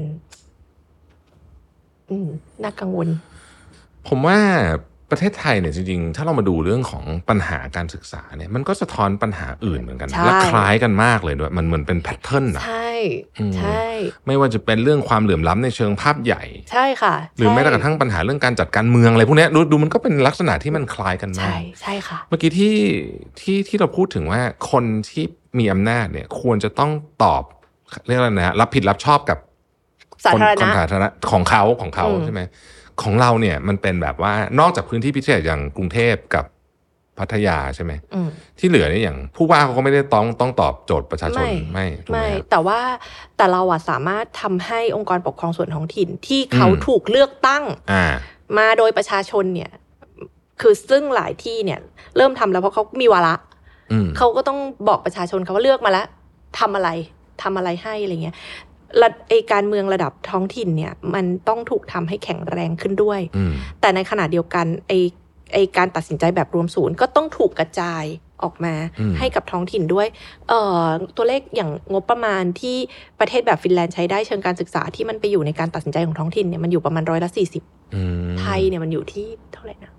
A: น่ากังวล
B: ผมว่าประเทศไทยเนี่ยจริงๆถ้าเรามาดูเรื่องของปัญหาการศึกษาเนี่ยมันก็สะท้อนปัญหาอื่นเหมือนกันและคล้ายกันมากเลยด้วยมันเหมือนเป็นแพทเทิร์นนะใช่ไม่ว่าจะเป็นเรื่องความเหลื่อมล้ำในเชิงภาพใหญ่
A: ใช่ค่ะ
B: หรือแม้แต่กระทั่งปัญหาเรื่องการจัดการเมืองอะไรพวกนี้ดูมันก็เป็นลักษณะที่มันคล้ายกันมาก
A: ใช่ค่ะ
B: เมื่อกี้ที่เราพูดถึงว่าคนที่มีอำนาจเนี่ยควรจะต้องตอบเรียกอะไรนะรับผิดรับชอบกับ
A: สาธาร
B: ณะของเขาใช่ไหมของเราเนี่ยมันเป็นแบบว่านอกจากพื้นที่พิเศษอย่างกรุงเทพกับพัทยาใช่ไหมที่เหลือเนี่ยอย่างผู้ว่าเขาก็ไม่ได้ต้องตอบโจทย์ประชาชนไม่
A: แต่เราสามารถทำให้องค์กรปกครองส่วนท้องถิ่นที่เขาถูกเลือกตั้งมาโดยประชาชนเนี่ยคือซึ่งหลายที่เนี่ยเริ่มทำแล้วเพราะเขามีวาระเขาก็ต้องบอกประชาชนเขาว่าเลือกมาแล้วทำอะไรให้อะไรเงี้ยไอการเมืองระดับท้องถิ่นเนี่ยมันต้องถูกทำให้แข็งแรงขึ้นด้วยแต่ในขณะเดียวกันไอการตัดสินใจแบบรวมศูนย์ก็ต้องถูกกระจายออกมาให้กับท้องถิ่นด้วยตัวเลขอย่างงบประมาณที่ประเทศแบบฟินแลนด์ใช้ได้เชิงการศึกษาที่มันไปอยู่ในการตัดสินใจของท้องถิ่นเนี่ยมันอยู่ประมาณ40%ไทยเนี่ยมันอยู่ที่เท่าไหร่นะ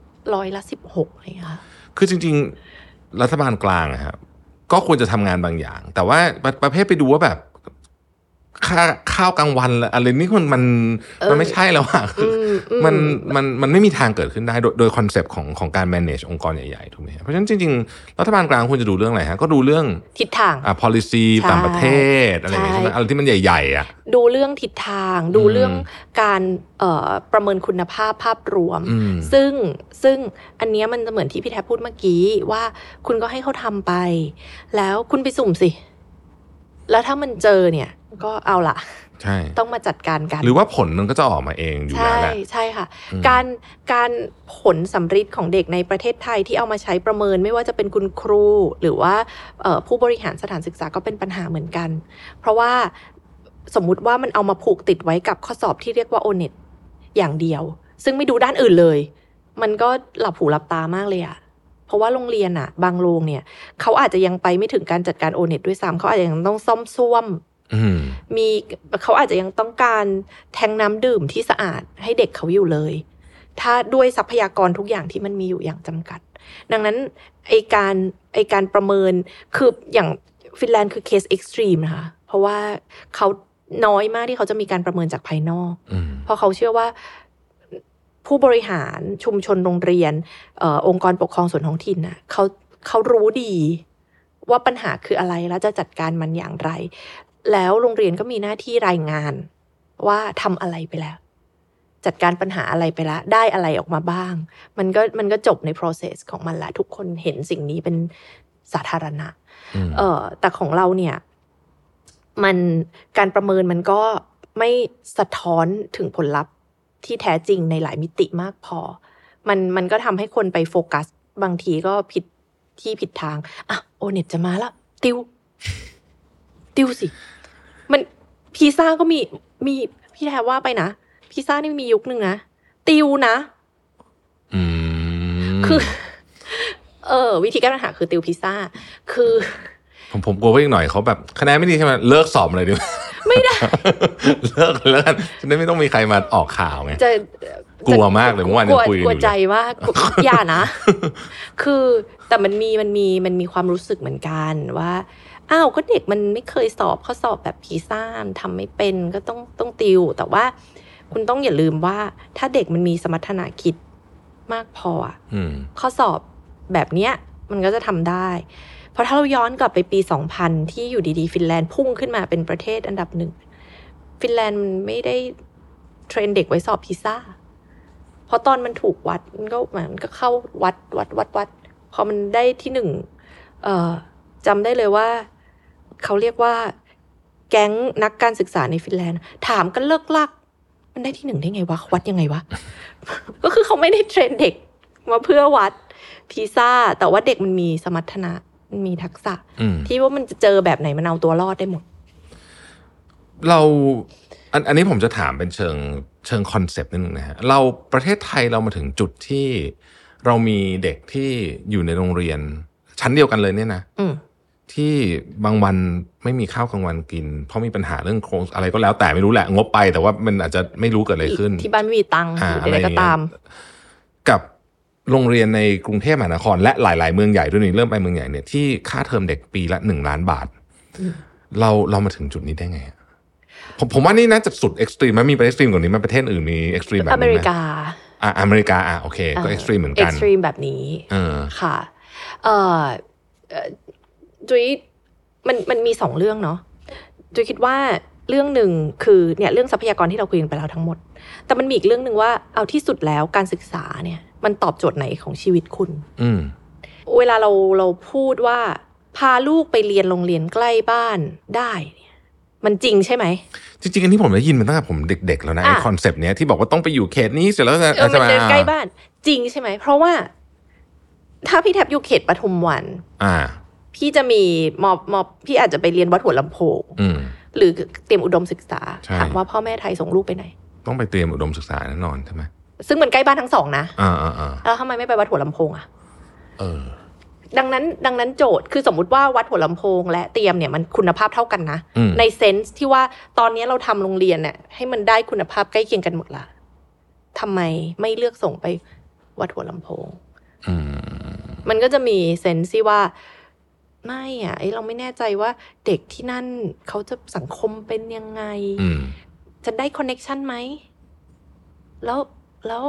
A: 16%อะไรอย่างเงี้ยค่ะ
B: คือจริงๆรัฐบาลกลางอะครับก็ควรจะทำงานบางอย่างแต่ว่าประเภทไปดูว่าแบบข้าวกลางวันอะไรนี่มันไม่ใช่แล้วอะคือมันไม่มีทางเกิดขึ้นได้โดยคอนเซปต์ของการ manage องค์กรใหญ่ๆถูกไหมเพราะฉะนั้นจริงๆรัฐบาลกลางควรจะดูเรื่องอะไรฮะก็ดูเรื่อง
A: ทิศทาง
B: policy ต่างประเทศอะไรอย่างเงี้ยใช่ไหมอะไรที่มันใหญ่ๆอ่ะ
A: ดูเรื่องทิศทางดูเรื่องการประเมินคุณภาพภาพรวมซึ่งอันเนี้ยมันจะเหมือนที่พี่แทบพูดเมื่อกี้ว่าคุณก็ให้เขาทำไปแล้วคุณไปสุ่มสิแล้วถ้ามันเจอเนี่ยก็เอาล่ะ
B: ใช่
A: ต้องมาจัดการกัน
B: หรือว่าผลมันก็จะออกมาเองอยู่แล้วแหละ
A: ใช่ค่ะการผลสำฤทธิ์ของเด็กในประเทศไทยที่เอามาใช้ประเมินไม่ว่าจะเป็นคุณครูหรือว่าผู้บริหารสถานศึกษาก็เป็นปัญหาเหมือนกันเพราะว่าสมมุติว่ามันเอามาผูกติดไว้กับข้อสอบที่เรียกว่า O-NET อย่างเดียวซึ่งไม่ดูด้านอื่นเลยมันก็หลับหูหลับตามากเลยอะเพราะว่าโรงเรียนอะบางโรงเนี่ยเขาอาจจะยังไปไม่ถึงการจัดการ O-NET ด้วยซ้ำเขาอาจจะยังต้องซ่อมซ่วมเขาอาจจะยังต้องการแทงน้ำดื่มที่สะอาดให้เด็กเขาอยู่เลยถ้าด้วยทรัพยากรทุกอย่างที่มันมีอยู่อย่างจำกัดดังนั้นไอการประเมินคืออย่างฟินแลนด์คือเคสเอ็กซ์ตรีมนะคะเพราะว่าเขาน้อยมากที่เขาจะมีการประเมินจากภายนอกเพราะเขาเชื่อว่าผู้บริหารชุมชนโรงเรียนองค์กรปกครองส่วนท้องถิ่นน่ะเขารู้ดีว่าปัญหาคืออะไรแล้วจะจัดการมันอย่างไรแล้วโรงเรียนก็มีหน้าที่รายงานว่าทำอะไรไปแล้วจัดการปัญหาอะไรไปแล้วได้อะไรออกมาบ้างมันก็จบใน process ของมันละทุกคนเห็นสิ่งนี้เป็นสาธารณะแต่ของเราเนี่ยมันการประเมินมันก็ไม่สะท้อนถึงผลลัพธ์ที่แท้จริงในหลายมิติมากพอมันก็ทำให้คนไปโฟกัสบางทีก็ผิดที่ผิดทางอ่ะโอเน็ตจะมาแล้วติวสิมันพีซ่าก็มีพี่แทบว่าไปนะพีซ่านี่มียุคนึงนะติวนะคือวิธีแก้ปัญหาคือติวพีซ่าคือ
B: ผมกลัวว่าอีกหน่อยเขาแบบคะแนนไม่ดีใช่ไหมเลิกสอบเลยดิ
A: ไม่ได้
B: เลิกแล้วกันจะได้ไม่ต้องมีใครมาออกข่าวไงกลัวมากเลยเมื่อวานยังคุยกันอยู่
A: กลัวใจว่าอย่านะคือแต่มันมีความรู้สึกเหมือนกันว่าอ้าวก็เด็กมันไม่เคยสอบข้อสอบแบบพีซ่าทำไม่เป็นก็ต้องติวแต่ว่าคุณต้องอย่าลืมว่าถ้าเด็กมันมีสมรรถนะคิดมากพอข้อสอบแบบเนี้ยมันก็จะทำได้เพราะถ้าเราย้อนกลับไปปี2000ที่อยู่ดีๆฟินแลนด์พุ่งขึ้นมาเป็นประเทศอันดับหนึ่งฟินแลนด์มันไม่ได้เทรนเด็กไว้สอบพีซ่าเพราะตอนมันถูกวัดมันก็เข้าวัดพอมันได้ที่หนึ่งจำได้เลยว่าเขาเรียกว่าแก๊งนักการศึกษาในฟินแลนด์ถามกันเลิกลักมันได้ที่หนึ่งได้ไงวะวัดยังไงวะ ก็คือเขาไม่ได้เทรนเด็กมาเพื่อวัดพีซ่าแต่ว่าเด็กมันมีสมรรถนะมันมีทักษะที่ว่ามันจะเจอแบบไหนมันเอาตัวรอดได้หมด
B: เราอันนี้ผมจะถามเป็นเชิงคอนเซปต์นิดนึงนะฮะเราประเทศไทยเรามาถึงจุดที่เรามีเด็กที่อยู่ในโรงเรียนชั้นเดียวกันเลยเนี่ยนะที่บางวันไม่มีข้าวกลางวันกินเพราะมีปัญหาเรื่องโครงอะไรก็แล้วแต่ไม่รู้แหละงบไปแต่ว่ามันอาจจะไม่รู้เกิดอะไรขึ้น
A: ที่บ้านไม่มีตังค์หรืออะไรก็ตาม
B: กับโรงเรียนในกรุงเทพมหานครและหลายๆเมืองใหญ่ด้วยนี่เริ่มไปเมืองใหญ่เนี่ยที่ค่าเทอมเด็กปีละ1 ล้านบาทเรามาถึงจุดนี้ได้ไงผมว่านี่น่าจะสุดเอ็กซ์ตรีมมันมีประเทศเอ็กซ์ตรีมกว่านี้มันประเทศอื่นมีเอ็กซ์ตรีมแบบนี้ไหมอเมริกาโอเคก็เอ็กซ์ตรีมเหมือนกัน
A: เอ็กซ์ตรีมแบบนี้ค่ะจุ๊ยมันมี2เรื่องเนาะจุ๊ยคิดว่าเรื่องหนึ่งคือเนี่ยเรื่องทรัพยากรที่เราคุยกันไปแล้วทั้งหมดแต่มันมีอีกเรื่องนึงว่าเอาที่สุดแล้วการศึกษาเนี่ยมันตอบโจทย์ไหนของชีวิตคุณเวลาเราพูดว่าพาลูกไปเรียนโรงเรียนใกล้บ้านได้เนี่ยมันจริงใช่ไหม
B: จริงๆอันนี้ผมได้ยินมาตั้งแต่ผมเด็กๆแล้วนะไอ้คอนเซปต์เนี้ยที่บอกว่าต้องไปอยู่เขตนี้เสร็จแล้วจะ
A: มันเดินใกล้บ้านจริงใช่ไหมเพราะว่าถ้าพี่แทบอยู่เขตปทุมวันพี่จะมีมอพี่อาจจะไปเรียนวัดหัวลำโพงหรือเตรียมอุดมศึกษาถามว่าพ่อแม่ไทยส่งลูกไปไหน
B: ต้องไปเตรียมอุดมศึกษาแน่นอนใช่ไหม
A: ซึ่งมันใกล้บ้านทั้งสองนะแล้วทำไมไม่ไปวัดหัวลำโพงอ่ะดังนั้นโจทย์คือสมมุติว่าวัดหัวลำโพงและเตรียมเนี่ยมันคุณภาพเท่ากันนะในเซนส์ที่ว่าตอนนี้เราทำโรงเรียนเนี่ยให้มันได้คุณภาพใกล้เคียงกันหมดละทำไมไม่เลือกส่งไปวัดหัวลำโพงมันก็จะมีเซนส์ที่ว่าไม่อ่ะเราไม่แน่ใจว่าเด็กที่นั่นเขาจะสังคมเป็นยังไงจะได้คอนเนคชั่นไหมแล้ว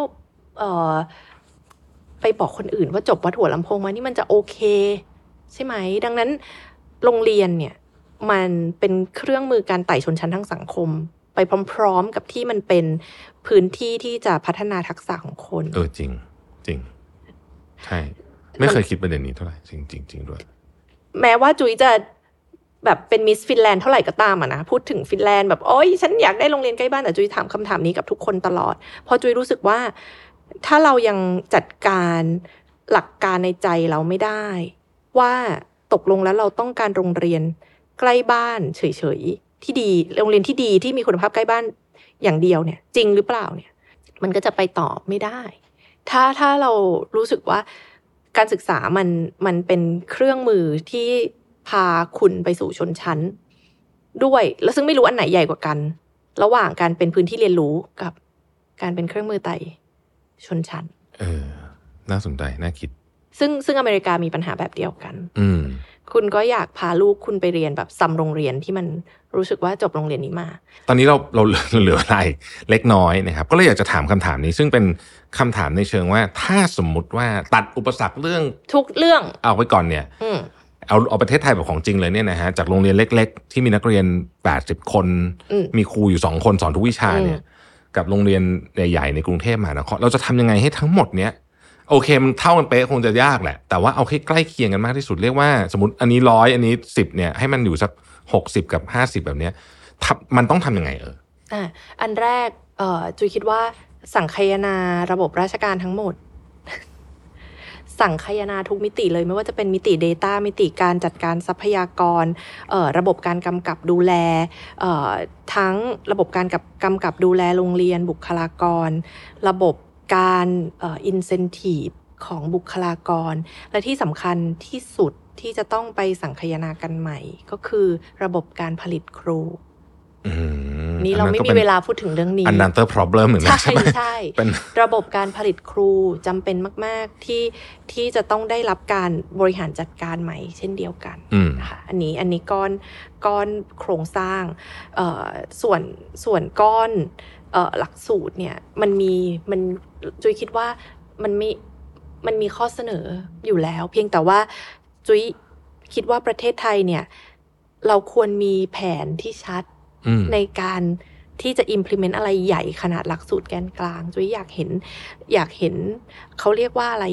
A: ไปบอกคนอื่นว่าจบวัดหัวลำโพงมานี่มันจะโอเคใช่ไหมดังนั้นโรงเรียนเนี่ยมันเป็นเครื่องมือการไต่ชนชั้นทางสังคมไปพร้อมๆกับที่มันเป็นพื้นที่ที่จะพัฒนาทักษะของคน
B: จริงจริงใช่ไม่เคยคิดประเด็นนี้เท่าไหร่จริงด้วย
A: แม้ว่าจุ๋ยจะแบบเป็นมิสฟินแลนด์เท่าไหร่ก็ตามนะพูดถึงฟินแลนด์แบบโอ๊ยฉันอยากได้โรงเรียนใกล้บ้านแต่จุ๋ยถามคำถามนี้กับทุกคนตลอดเพราะจุ๋ยรู้สึกว่าถ้าเรายังจัดการหลักการในใจเราไม่ได้ว่าตกลงแล้วเราต้องการโรงเรียนใกล้บ้านเฉยๆที่ดีโรงเรียนที่ดีที่มีคุณภาพใกล้บ้านอย่างเดียวเนี่ยจริงหรือเปล่าเนี่ยมันก็จะไปต่อไม่ได้ถ้าเรารู้สึกว่าการศึกษามันเป็นเครื่องมือที่พาคุณไปสู่ชนชั้นด้วยแล้วซึ่งไม่รู้อันไหนใหญ่กว่ากันระหว่างการเป็นพื้นที่เรียนรู้กับการเป็นเครื่องมือไต่ชนชั้น
B: น่าสนใจน่าคิด
A: ซึ่งอเมริกามีปัญหาแบบเดียวกันคุณก็อยากพาลูกคุณไปเรียนแบบซัมโรงเรียนที่มันรู้สึกว่าจบโรงเรียนนี้มา
B: ตอนนี้เราเหลืออะไรเล็กน้อยนะครับก็เลยอยากจะถามคำถามนี้ซึ่งเป็นคำถามในเชิงว่าถ้าสมมุติว่าตัดอุปสรรคเรื่อง
A: ทุกเรื่อง
B: เอาไปก่อนเนี่ยเอาประเทศไทยแบบของจริงเลยเนี่ยนะฮะจากโรงเรียนเล็กๆที่มีนักเรียน80คนมีครูอยู่2คนสอนทุกวิชาเนี่ยกับโรงเรียนใหญ่ๆในกรุงเทพมหานครเราจะทำยังไงให้ทั้งหมดเนี้ยโอเคมันเท่ากันเป๊ะคงจะยากแหละแต่ว่าเอาให้ใกล้เคียงกันมากที่สุดเรียกว่าสมมติอันนี้100อันนี้10เนี่ยให้มันอยู่สัก60กับ50แบบเนี้ยมันต้องทำยังไง
A: อันแรกจุยคิดว่าสังคายนาระบบราชการทั้งหมดสังคายนาทุกมิติเลยไม่ว่าจะเป็นมิติ data มิติการจัดการทรัพยากรระบบการกำกับดูแลทั้งระบบการกำกับดูแลโรงเรียนบุคลากรระบบการincentive ของบุคลากรและที่สำคัญที่สุดที่จะต้องไปสังคายนากันใหม่ก็คือระบบการผลิตครูนี่เราไม่มีเวลาพูดถึงเรื่องนี้
B: another problem เหมือนกันใช่ไหม
A: ใช่ระบบการผลิตครูจำเป็นมากๆที่จะต้องได้รับการบริหารจัดการใหม่เช่นเดียวกันนะคะอันนี้ก้อนโครงสร้างส่วนก้อนหลักสูตรเนี่ยมันจุ้ยคิดว่ามันมีข้อเสนออยู่แล้วเพียงแต่ว่าจุ้ยคิดว่าประเทศไทยเนี่ยเราควรมีแผนที่ชัดในการที่จะ implement อะไรใหญ่ขนาดหลักสูตรแกนกลางจุ้ยอยากเห็นเขาเรียกว่าอะไร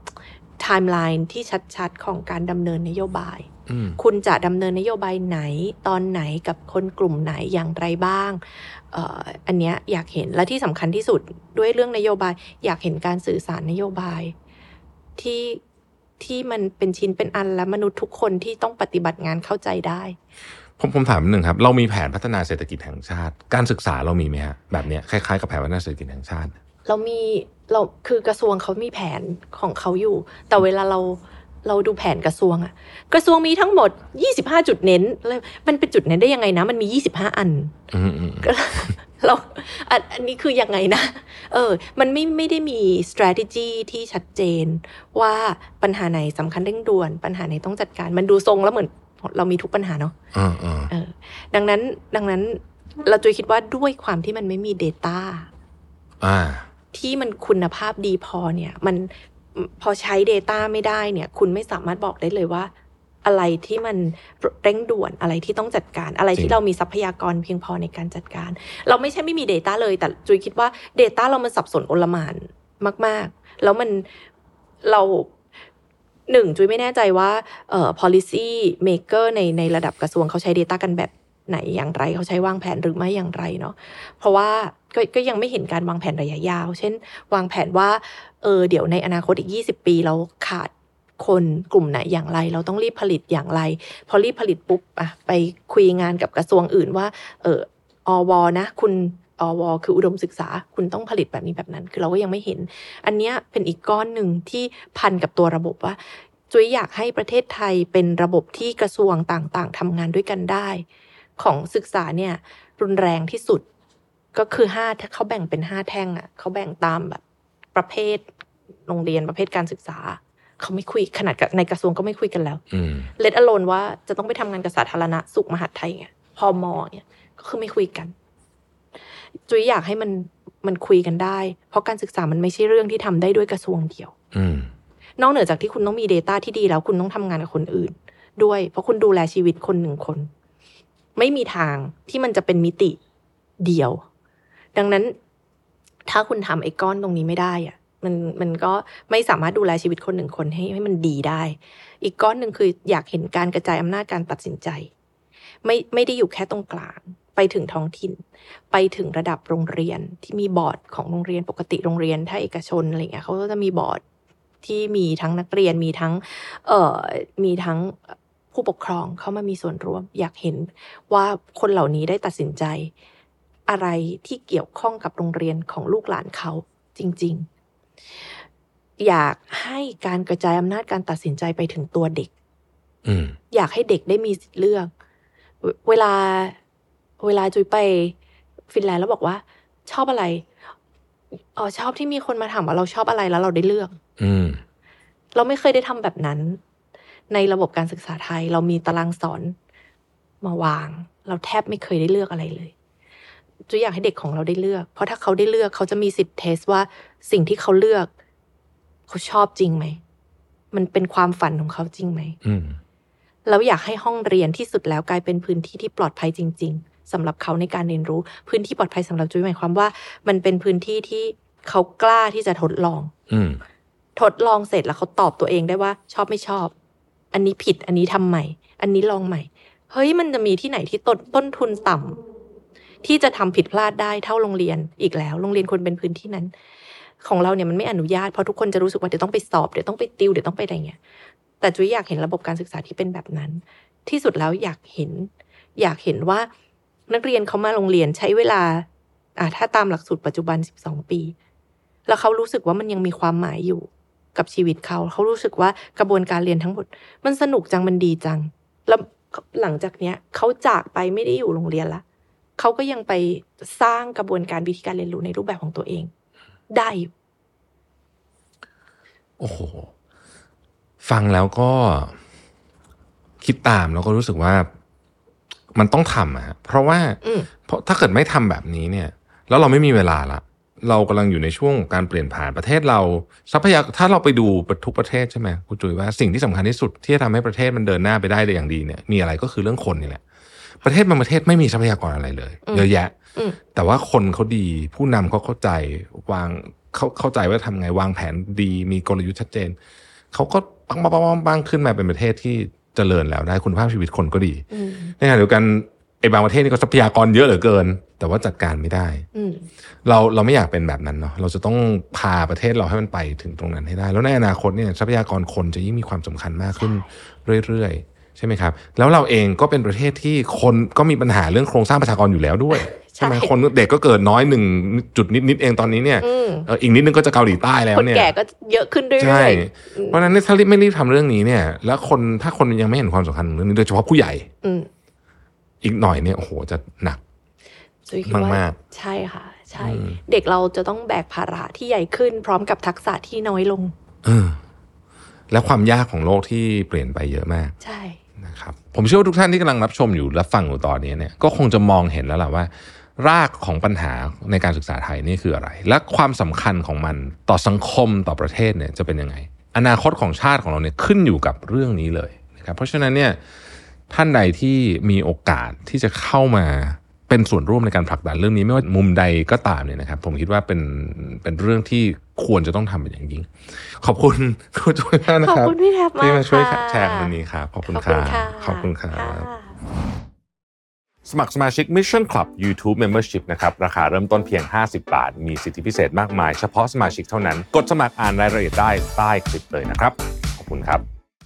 A: timeline ที่ชัดๆของการดำเนินนโยบายคุณจะดำเนินนโยบายไหนตอนไหนกับคนกลุ่มไหนอย่างไรบ้างอันเนี้ยอยากเห็นและที่สำคัญที่สุดด้วยเรื่องนโยบายอยากเห็นการสื่อสารนโยบายที่มันเป็นชิ้นเป็นอันและมนุษย์ทุกคนที่ต้องปฏิบัติงานเข้าใจได้
B: ผมถามหนึ่งครับเรามีแผนพัฒนาเศรษฐกิจแห่งชาติการศึกษาเรามีไหมฮะแบบเนี้ยคล้ายๆกับแผนพัฒนาเศรษฐกิจแห่งชาติ
A: เราคือกระทรวงเขามีแผนของเขาอยู่แต่เวลาเราดูแผนกระทรวงกระทรวงมีทั้งหมด25จุดเน้นมันเป็นจุดเน้นได้ยังไงนะมันมี25อันอันนี้คือยังไงนะมันไม่ได้มี strategy ที่ชัดเจนว่าปัญหาไหนสำคัญเร่งด่วนปัญหาไหนต้องจัดการมันดูทรงแล้วเหมือนเรามีทุกปัญหาเนาะดังนั้นเราจุยคิดว่าด้วยความที่มันไม่มี data ที่มันคุณภาพดีพอเนี่ยมันพอใช้ data ไม่ได้เนี่ยคุณไม่สามารถบอกได้เลยว่าอะไรที่มันเร่งด่วนอะไรที่ต้องจัดการอะไรที่เรามีทรัพยากรเพียงพอในการจัดการเราไม่ใช่ไม่มี data เลยแต่จุยคิดว่า data เรามันสับสนโอลหม่านมากๆแล้วเราจุยไม่แน่ใจว่าpolicy maker ในระดับกระทรวงเขาใช้ data กันแบบไหนอย่างไรเขาใช้วางแผนหรือไม่อย่างไรเนาะเพราะว่าก็ยังไม่เห็นการวางแผนระยะยาวเช่นวางแผนว่าเดี๋ยวในอนาคตอีก20ปีเราขาดคนกลุ่มไหนอย่างไรเราต้องรีบผลิตอย่างไรพอรีบผลิตปุ๊บไปคุยงานกับกระทรวงอื่นว่าอวนะคุณอวคืออุดมศึกษาคุณต้องผลิตแบบนี้แบบนั้นคือเราก็ยังไม่เห็นอันเนี้ยเป็นอีกก้อนหนึ่งที่พันกับตัวระบบว่าจุ๊ยอยากให้ประเทศไทยเป็นระบบที่กระทรวงต่างๆทำงานด้วยกันได้ของศึกษาเนี่ยรุนแรงที่สุดก็คือ5เขาแบ่งเป็น5แท่งอ่ะเขาแบ่งตามแบบประเภทโรงเรียนประเภทการศึกษาเขาไม่คุยขนาดในกระทรวงก็ไม่คุยกันแล้วเลทอโลนว่าจะต้องไปทำงานกับสาธารณสุขมหาดไทยไงพมเนี่ยก็คือไม่คุยกันจุ๊ยอยากให้มันคุยกันได้เพราะการศึกษามันไม่ใช่เรื่องที่ทำได้ด้วยกระทรวงเดียวนอกเหนือจากที่คุณต้องมี data ที่ดีแล้วคุณต้องทำงานกับคนอื่นด้วยเพราะคุณดูแลชีวิตคน1คนไม่มีทางที่มันจะเป็นมิติเดียวดังนั้นถ้าคุณทำไอ้ก้อนตรงนี้ไม่ได้อ่ะมันก็ไม่สามารถดูแลชีวิตคน1คนให้มันดีได้อีกก้อนนึงคืออยากเห็นการกระจายอำนาจการตัดสินใจไม่ได้อยู่แค่ตรงกลางไปถึงท้องถิ่นไปถึงระดับโรงเรียนที่มีบอร์ดของโรงเรียนปกติโรงเรียนถ้าเอกชนอะไรเงี้ยเขาก็จะมีบอร์ดที่มีทั้งนักเรียนมีทั้งผู้ปกครองเข้ามามีส่วนร่วมอยากเห็นว่าคนเหล่านี้ได้ตัดสินใจอะไรที่เกี่ยวข้องกับโรงเรียนของลูกหลานเขาจริงๆอยากให้การกระจายอำนาจการตัดสินใจไปถึงตัวเด็กอยากให้เด็กได้มีสิทธิ์เลือกเวลาจุ๊ยไปฟินแลนด์แล้วบอกว่าชอบอะไรชอบที่มีคนมาถามว่าเราชอบอะไรแล้วเราได้เลือกเราไม่เคยได้ทำแบบนั้นในระบบการศึกษาไทยเรามีตารางสอนมาวางเราแทบไม่เคยได้เลือกอะไรเลยจุ๊ยอยากให้เด็กของเราได้เลือกเพราะถ้าเขาได้เลือกเขาจะมีสิทธิ์เทสว่าสิ่งที่เขาเลือกเขาชอบจริงไหมมันเป็นความฝันของเขาจริงไหมแล้วอยากให้ห้องเรียนที่สุดแล้วกลายเป็นพื้นที่ที่ปลอดภัยจริงๆสำหรับเขาในการเรียนรู้พื้นที่ปลอดภัยสำหรับจุ๊ยหมายความว่ามันเป็นพื้นที่ที่เขากล้าที่จะทดลองเสร็จแล้วเขาตอบตัวเองได้ว่าชอบไม่ชอบอันนี้ผิดอันนี้ทำใหม่อันนี้ลองใหม่เฮ้ยมันจะมีที่ไหนที่ต้นทุนต่ำที่จะทำผิดพลาดได้เท่าโรงเรียนอีกแล้วโรงเรียนควรเป็นพื้นที่นั้นของเราเนี่ยมันไม่อนุญาตเพราะทุกคนจะรู้สึกว่าเดี๋ยวต้องไปสอบเดี๋ยวต้องไปติวเดี๋ยวต้องไปอะไรเงี้ยแต่จุ๊ยอยากเห็นระบบการศึกษาที่เป็นแบบนั้นที่สุดแล้วอยากเห็นว่านักเรียนเขามาโรงเรียนใช้เวลาถ้าตามหลักสูตรปัจจุบัน12ปีแล้วเขารู้สึกว่ามันยังมีความหมายอยู่กับชีวิตเขารู้สึกว่ากระบวนการเรียนทั้งหมดมันสนุกจังมันดีจังแล้วหลังจากเนี้ยเขาจากไปไม่ได้อยู่โรงเรียนละเขาก็ยังไปสร้างกระบวนการวิธีการเรียนรู้ในรูปแบบของตัวเองได้อยู่
B: โอ้โหฟังแล้วก็คิดตามแล้วก็รู้สึกว่ามันต้องทำเพราะว่าเพราะถ้าเกิดไม่ทำแบบนี้เนี่ยแล้วเราไม่มีเวลาละเรากำลังอยู่ในช่วงการเปลี่ยนผ่านประเทศเราทรัพยากรถ้าเราไปดูทุกประเทศใช่ไหมคุณจุ๋ยว่าสิ่งที่สำคัญที่สุดที่จะทำให้ประเทศมันเดินหน้าไปได้อย่างดีเนี่ยมีอะไรก็คือเรื่องคนนี่แหละประเทศบางประเทศไม่มีทรัพยากรอะไรเลยเยอะแยะแต่ว่าคนเขาดีผู้นำเขาเข้าใจเข้าใจว่าทำไงวางแผนดีมีกลยุทธ์ชัดเจนเขาก็ปังขึ้นมาเป็นประเทศที่เจริญแล้วได้คุณภาพชีวิตคนก็ดีในขณะเดียวกันไอ้บางประเทศนี่ก็ทรัพยากรเยอะเหลือเกินแต่ว่าจัดการไม่ได้เราไม่อยากเป็นแบบนั้นเนาะเราจะต้องพาประเทศเราให้มันไปถึงตรงนั้นให้ได้แล้วในอนาคตเนี่ยทรัพยากรคนจะยิ่งมีความสำคัญมากขึ้นเรื่อยๆใช่ไหมครับแล้วเราเองก็เป็นประเทศที่คนก็มีปัญหาเรื่องโครงสร้างประชากรอยู่แล้วด้วยใช่ไหมคนเด็กก็เกิดน้อย1จุดนิดเองตอนนี้เนี่ยอีกนิดนึงก็จะเกาหลีใต้แล้วเนี่ย
A: คนแก่ก็เยอะขึ้นเรื่อยๆใช่
B: เพราะฉะนั้นถ้าไม่รีบทำเรื่องนี้เนี่ยแล้วถ้าคนยังไม่เห็นความสำคัญเรื่องนี้โดยเฉพาะผู้ใหญ่อีกหน่อยเนี่ยโอ้โหจะหนักมาก
A: ๆใช่ค่ะใช่เด็กเราจะต้องแบกภาระที่ใหญ่ขึ้นพร้อมกับทักษะที่น้อยลง
B: และความยากของโลกที่เปลี่ยนไปเยอะมาก
A: ใช่
B: นะครับผมเชื่อว่าทุกท่านที่กำลังรับชมอยู่และฟังอยู่ตอนนี้เนี่ยก็คงจะมองเห็นแล้วล่ะว่ารากของปัญหาในการศึกษาไทยนี่คืออะไรและความสำคัญของมันต่อสังคมต่อประเทศเนี่ยจะเป็นยังไงอนาคตของชาติของเราเนี่ยขึ้นอยู่กับเรื่องนี้เลยนะครับเพราะฉะนั้นเนี่ยท่านใดที่มีโอกาสที่จะเข้ามาเป็นส่วนร่วมในการผลักดันเรื่องนี้ไม่ว่ามุมใดก็ตามเนี่ยนะครับผมคิดว่าเป็นเรื่องที่ควรจะต้องทำเป็นอย่างยิ่งขอบคุณคุณจุ๋ยมากนะครับ
A: ขอบคุณพี่แทบมาก
B: ที่มาช่วยแชร์วันนี้ครับขอบคุณครับขอบคุณครับสมัครสมาชิก Mission Club YouTube Membership นะครับราคาเริ่มต้นเพียง50 บาทมีสิทธิพิเศษมากมายเฉพาะสมาชิกเท่านั้นกดสมัครอ่านรายละเอียดได้ใต้คลิปเลยนะครับคุณครับ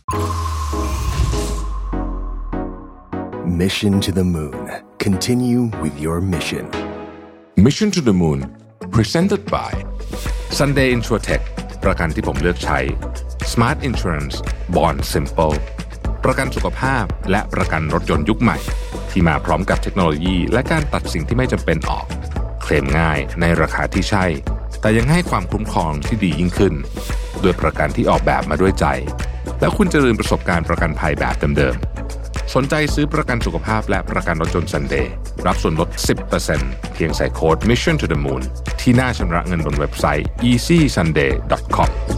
C: Mission to the Moon. Continue with your mission.
B: Mission to the Moon Presented by Sunday Insurtech ประกันที่ผมเลือกใช้ Smart Insurance Bond Simple ประกันสุขภาพและประกันรถยนต์ยุคใหม่ที่มาพร้อมกับเทคโนโลยีและการตัดสิ่งที่ไม่จำเป็นออกเคลมง่ายในราคาที่ใช่แต่ยังให้ความคุ้มครองที่ดียิ่งขึ้นด้วยประกันที่ออกแบบมาด้วยใจและคุณจะลืมประสบการณ์ประกันภัยแบบเดิมๆสนใจซื้อประกันสุขภาพและประกันรถยนต์ Sunday รับส่วนลด 10% เพียงใส่โค้ด Mission to the Moon ที่หน้าชำระเงินบนเว็บไซต์ easysunday.com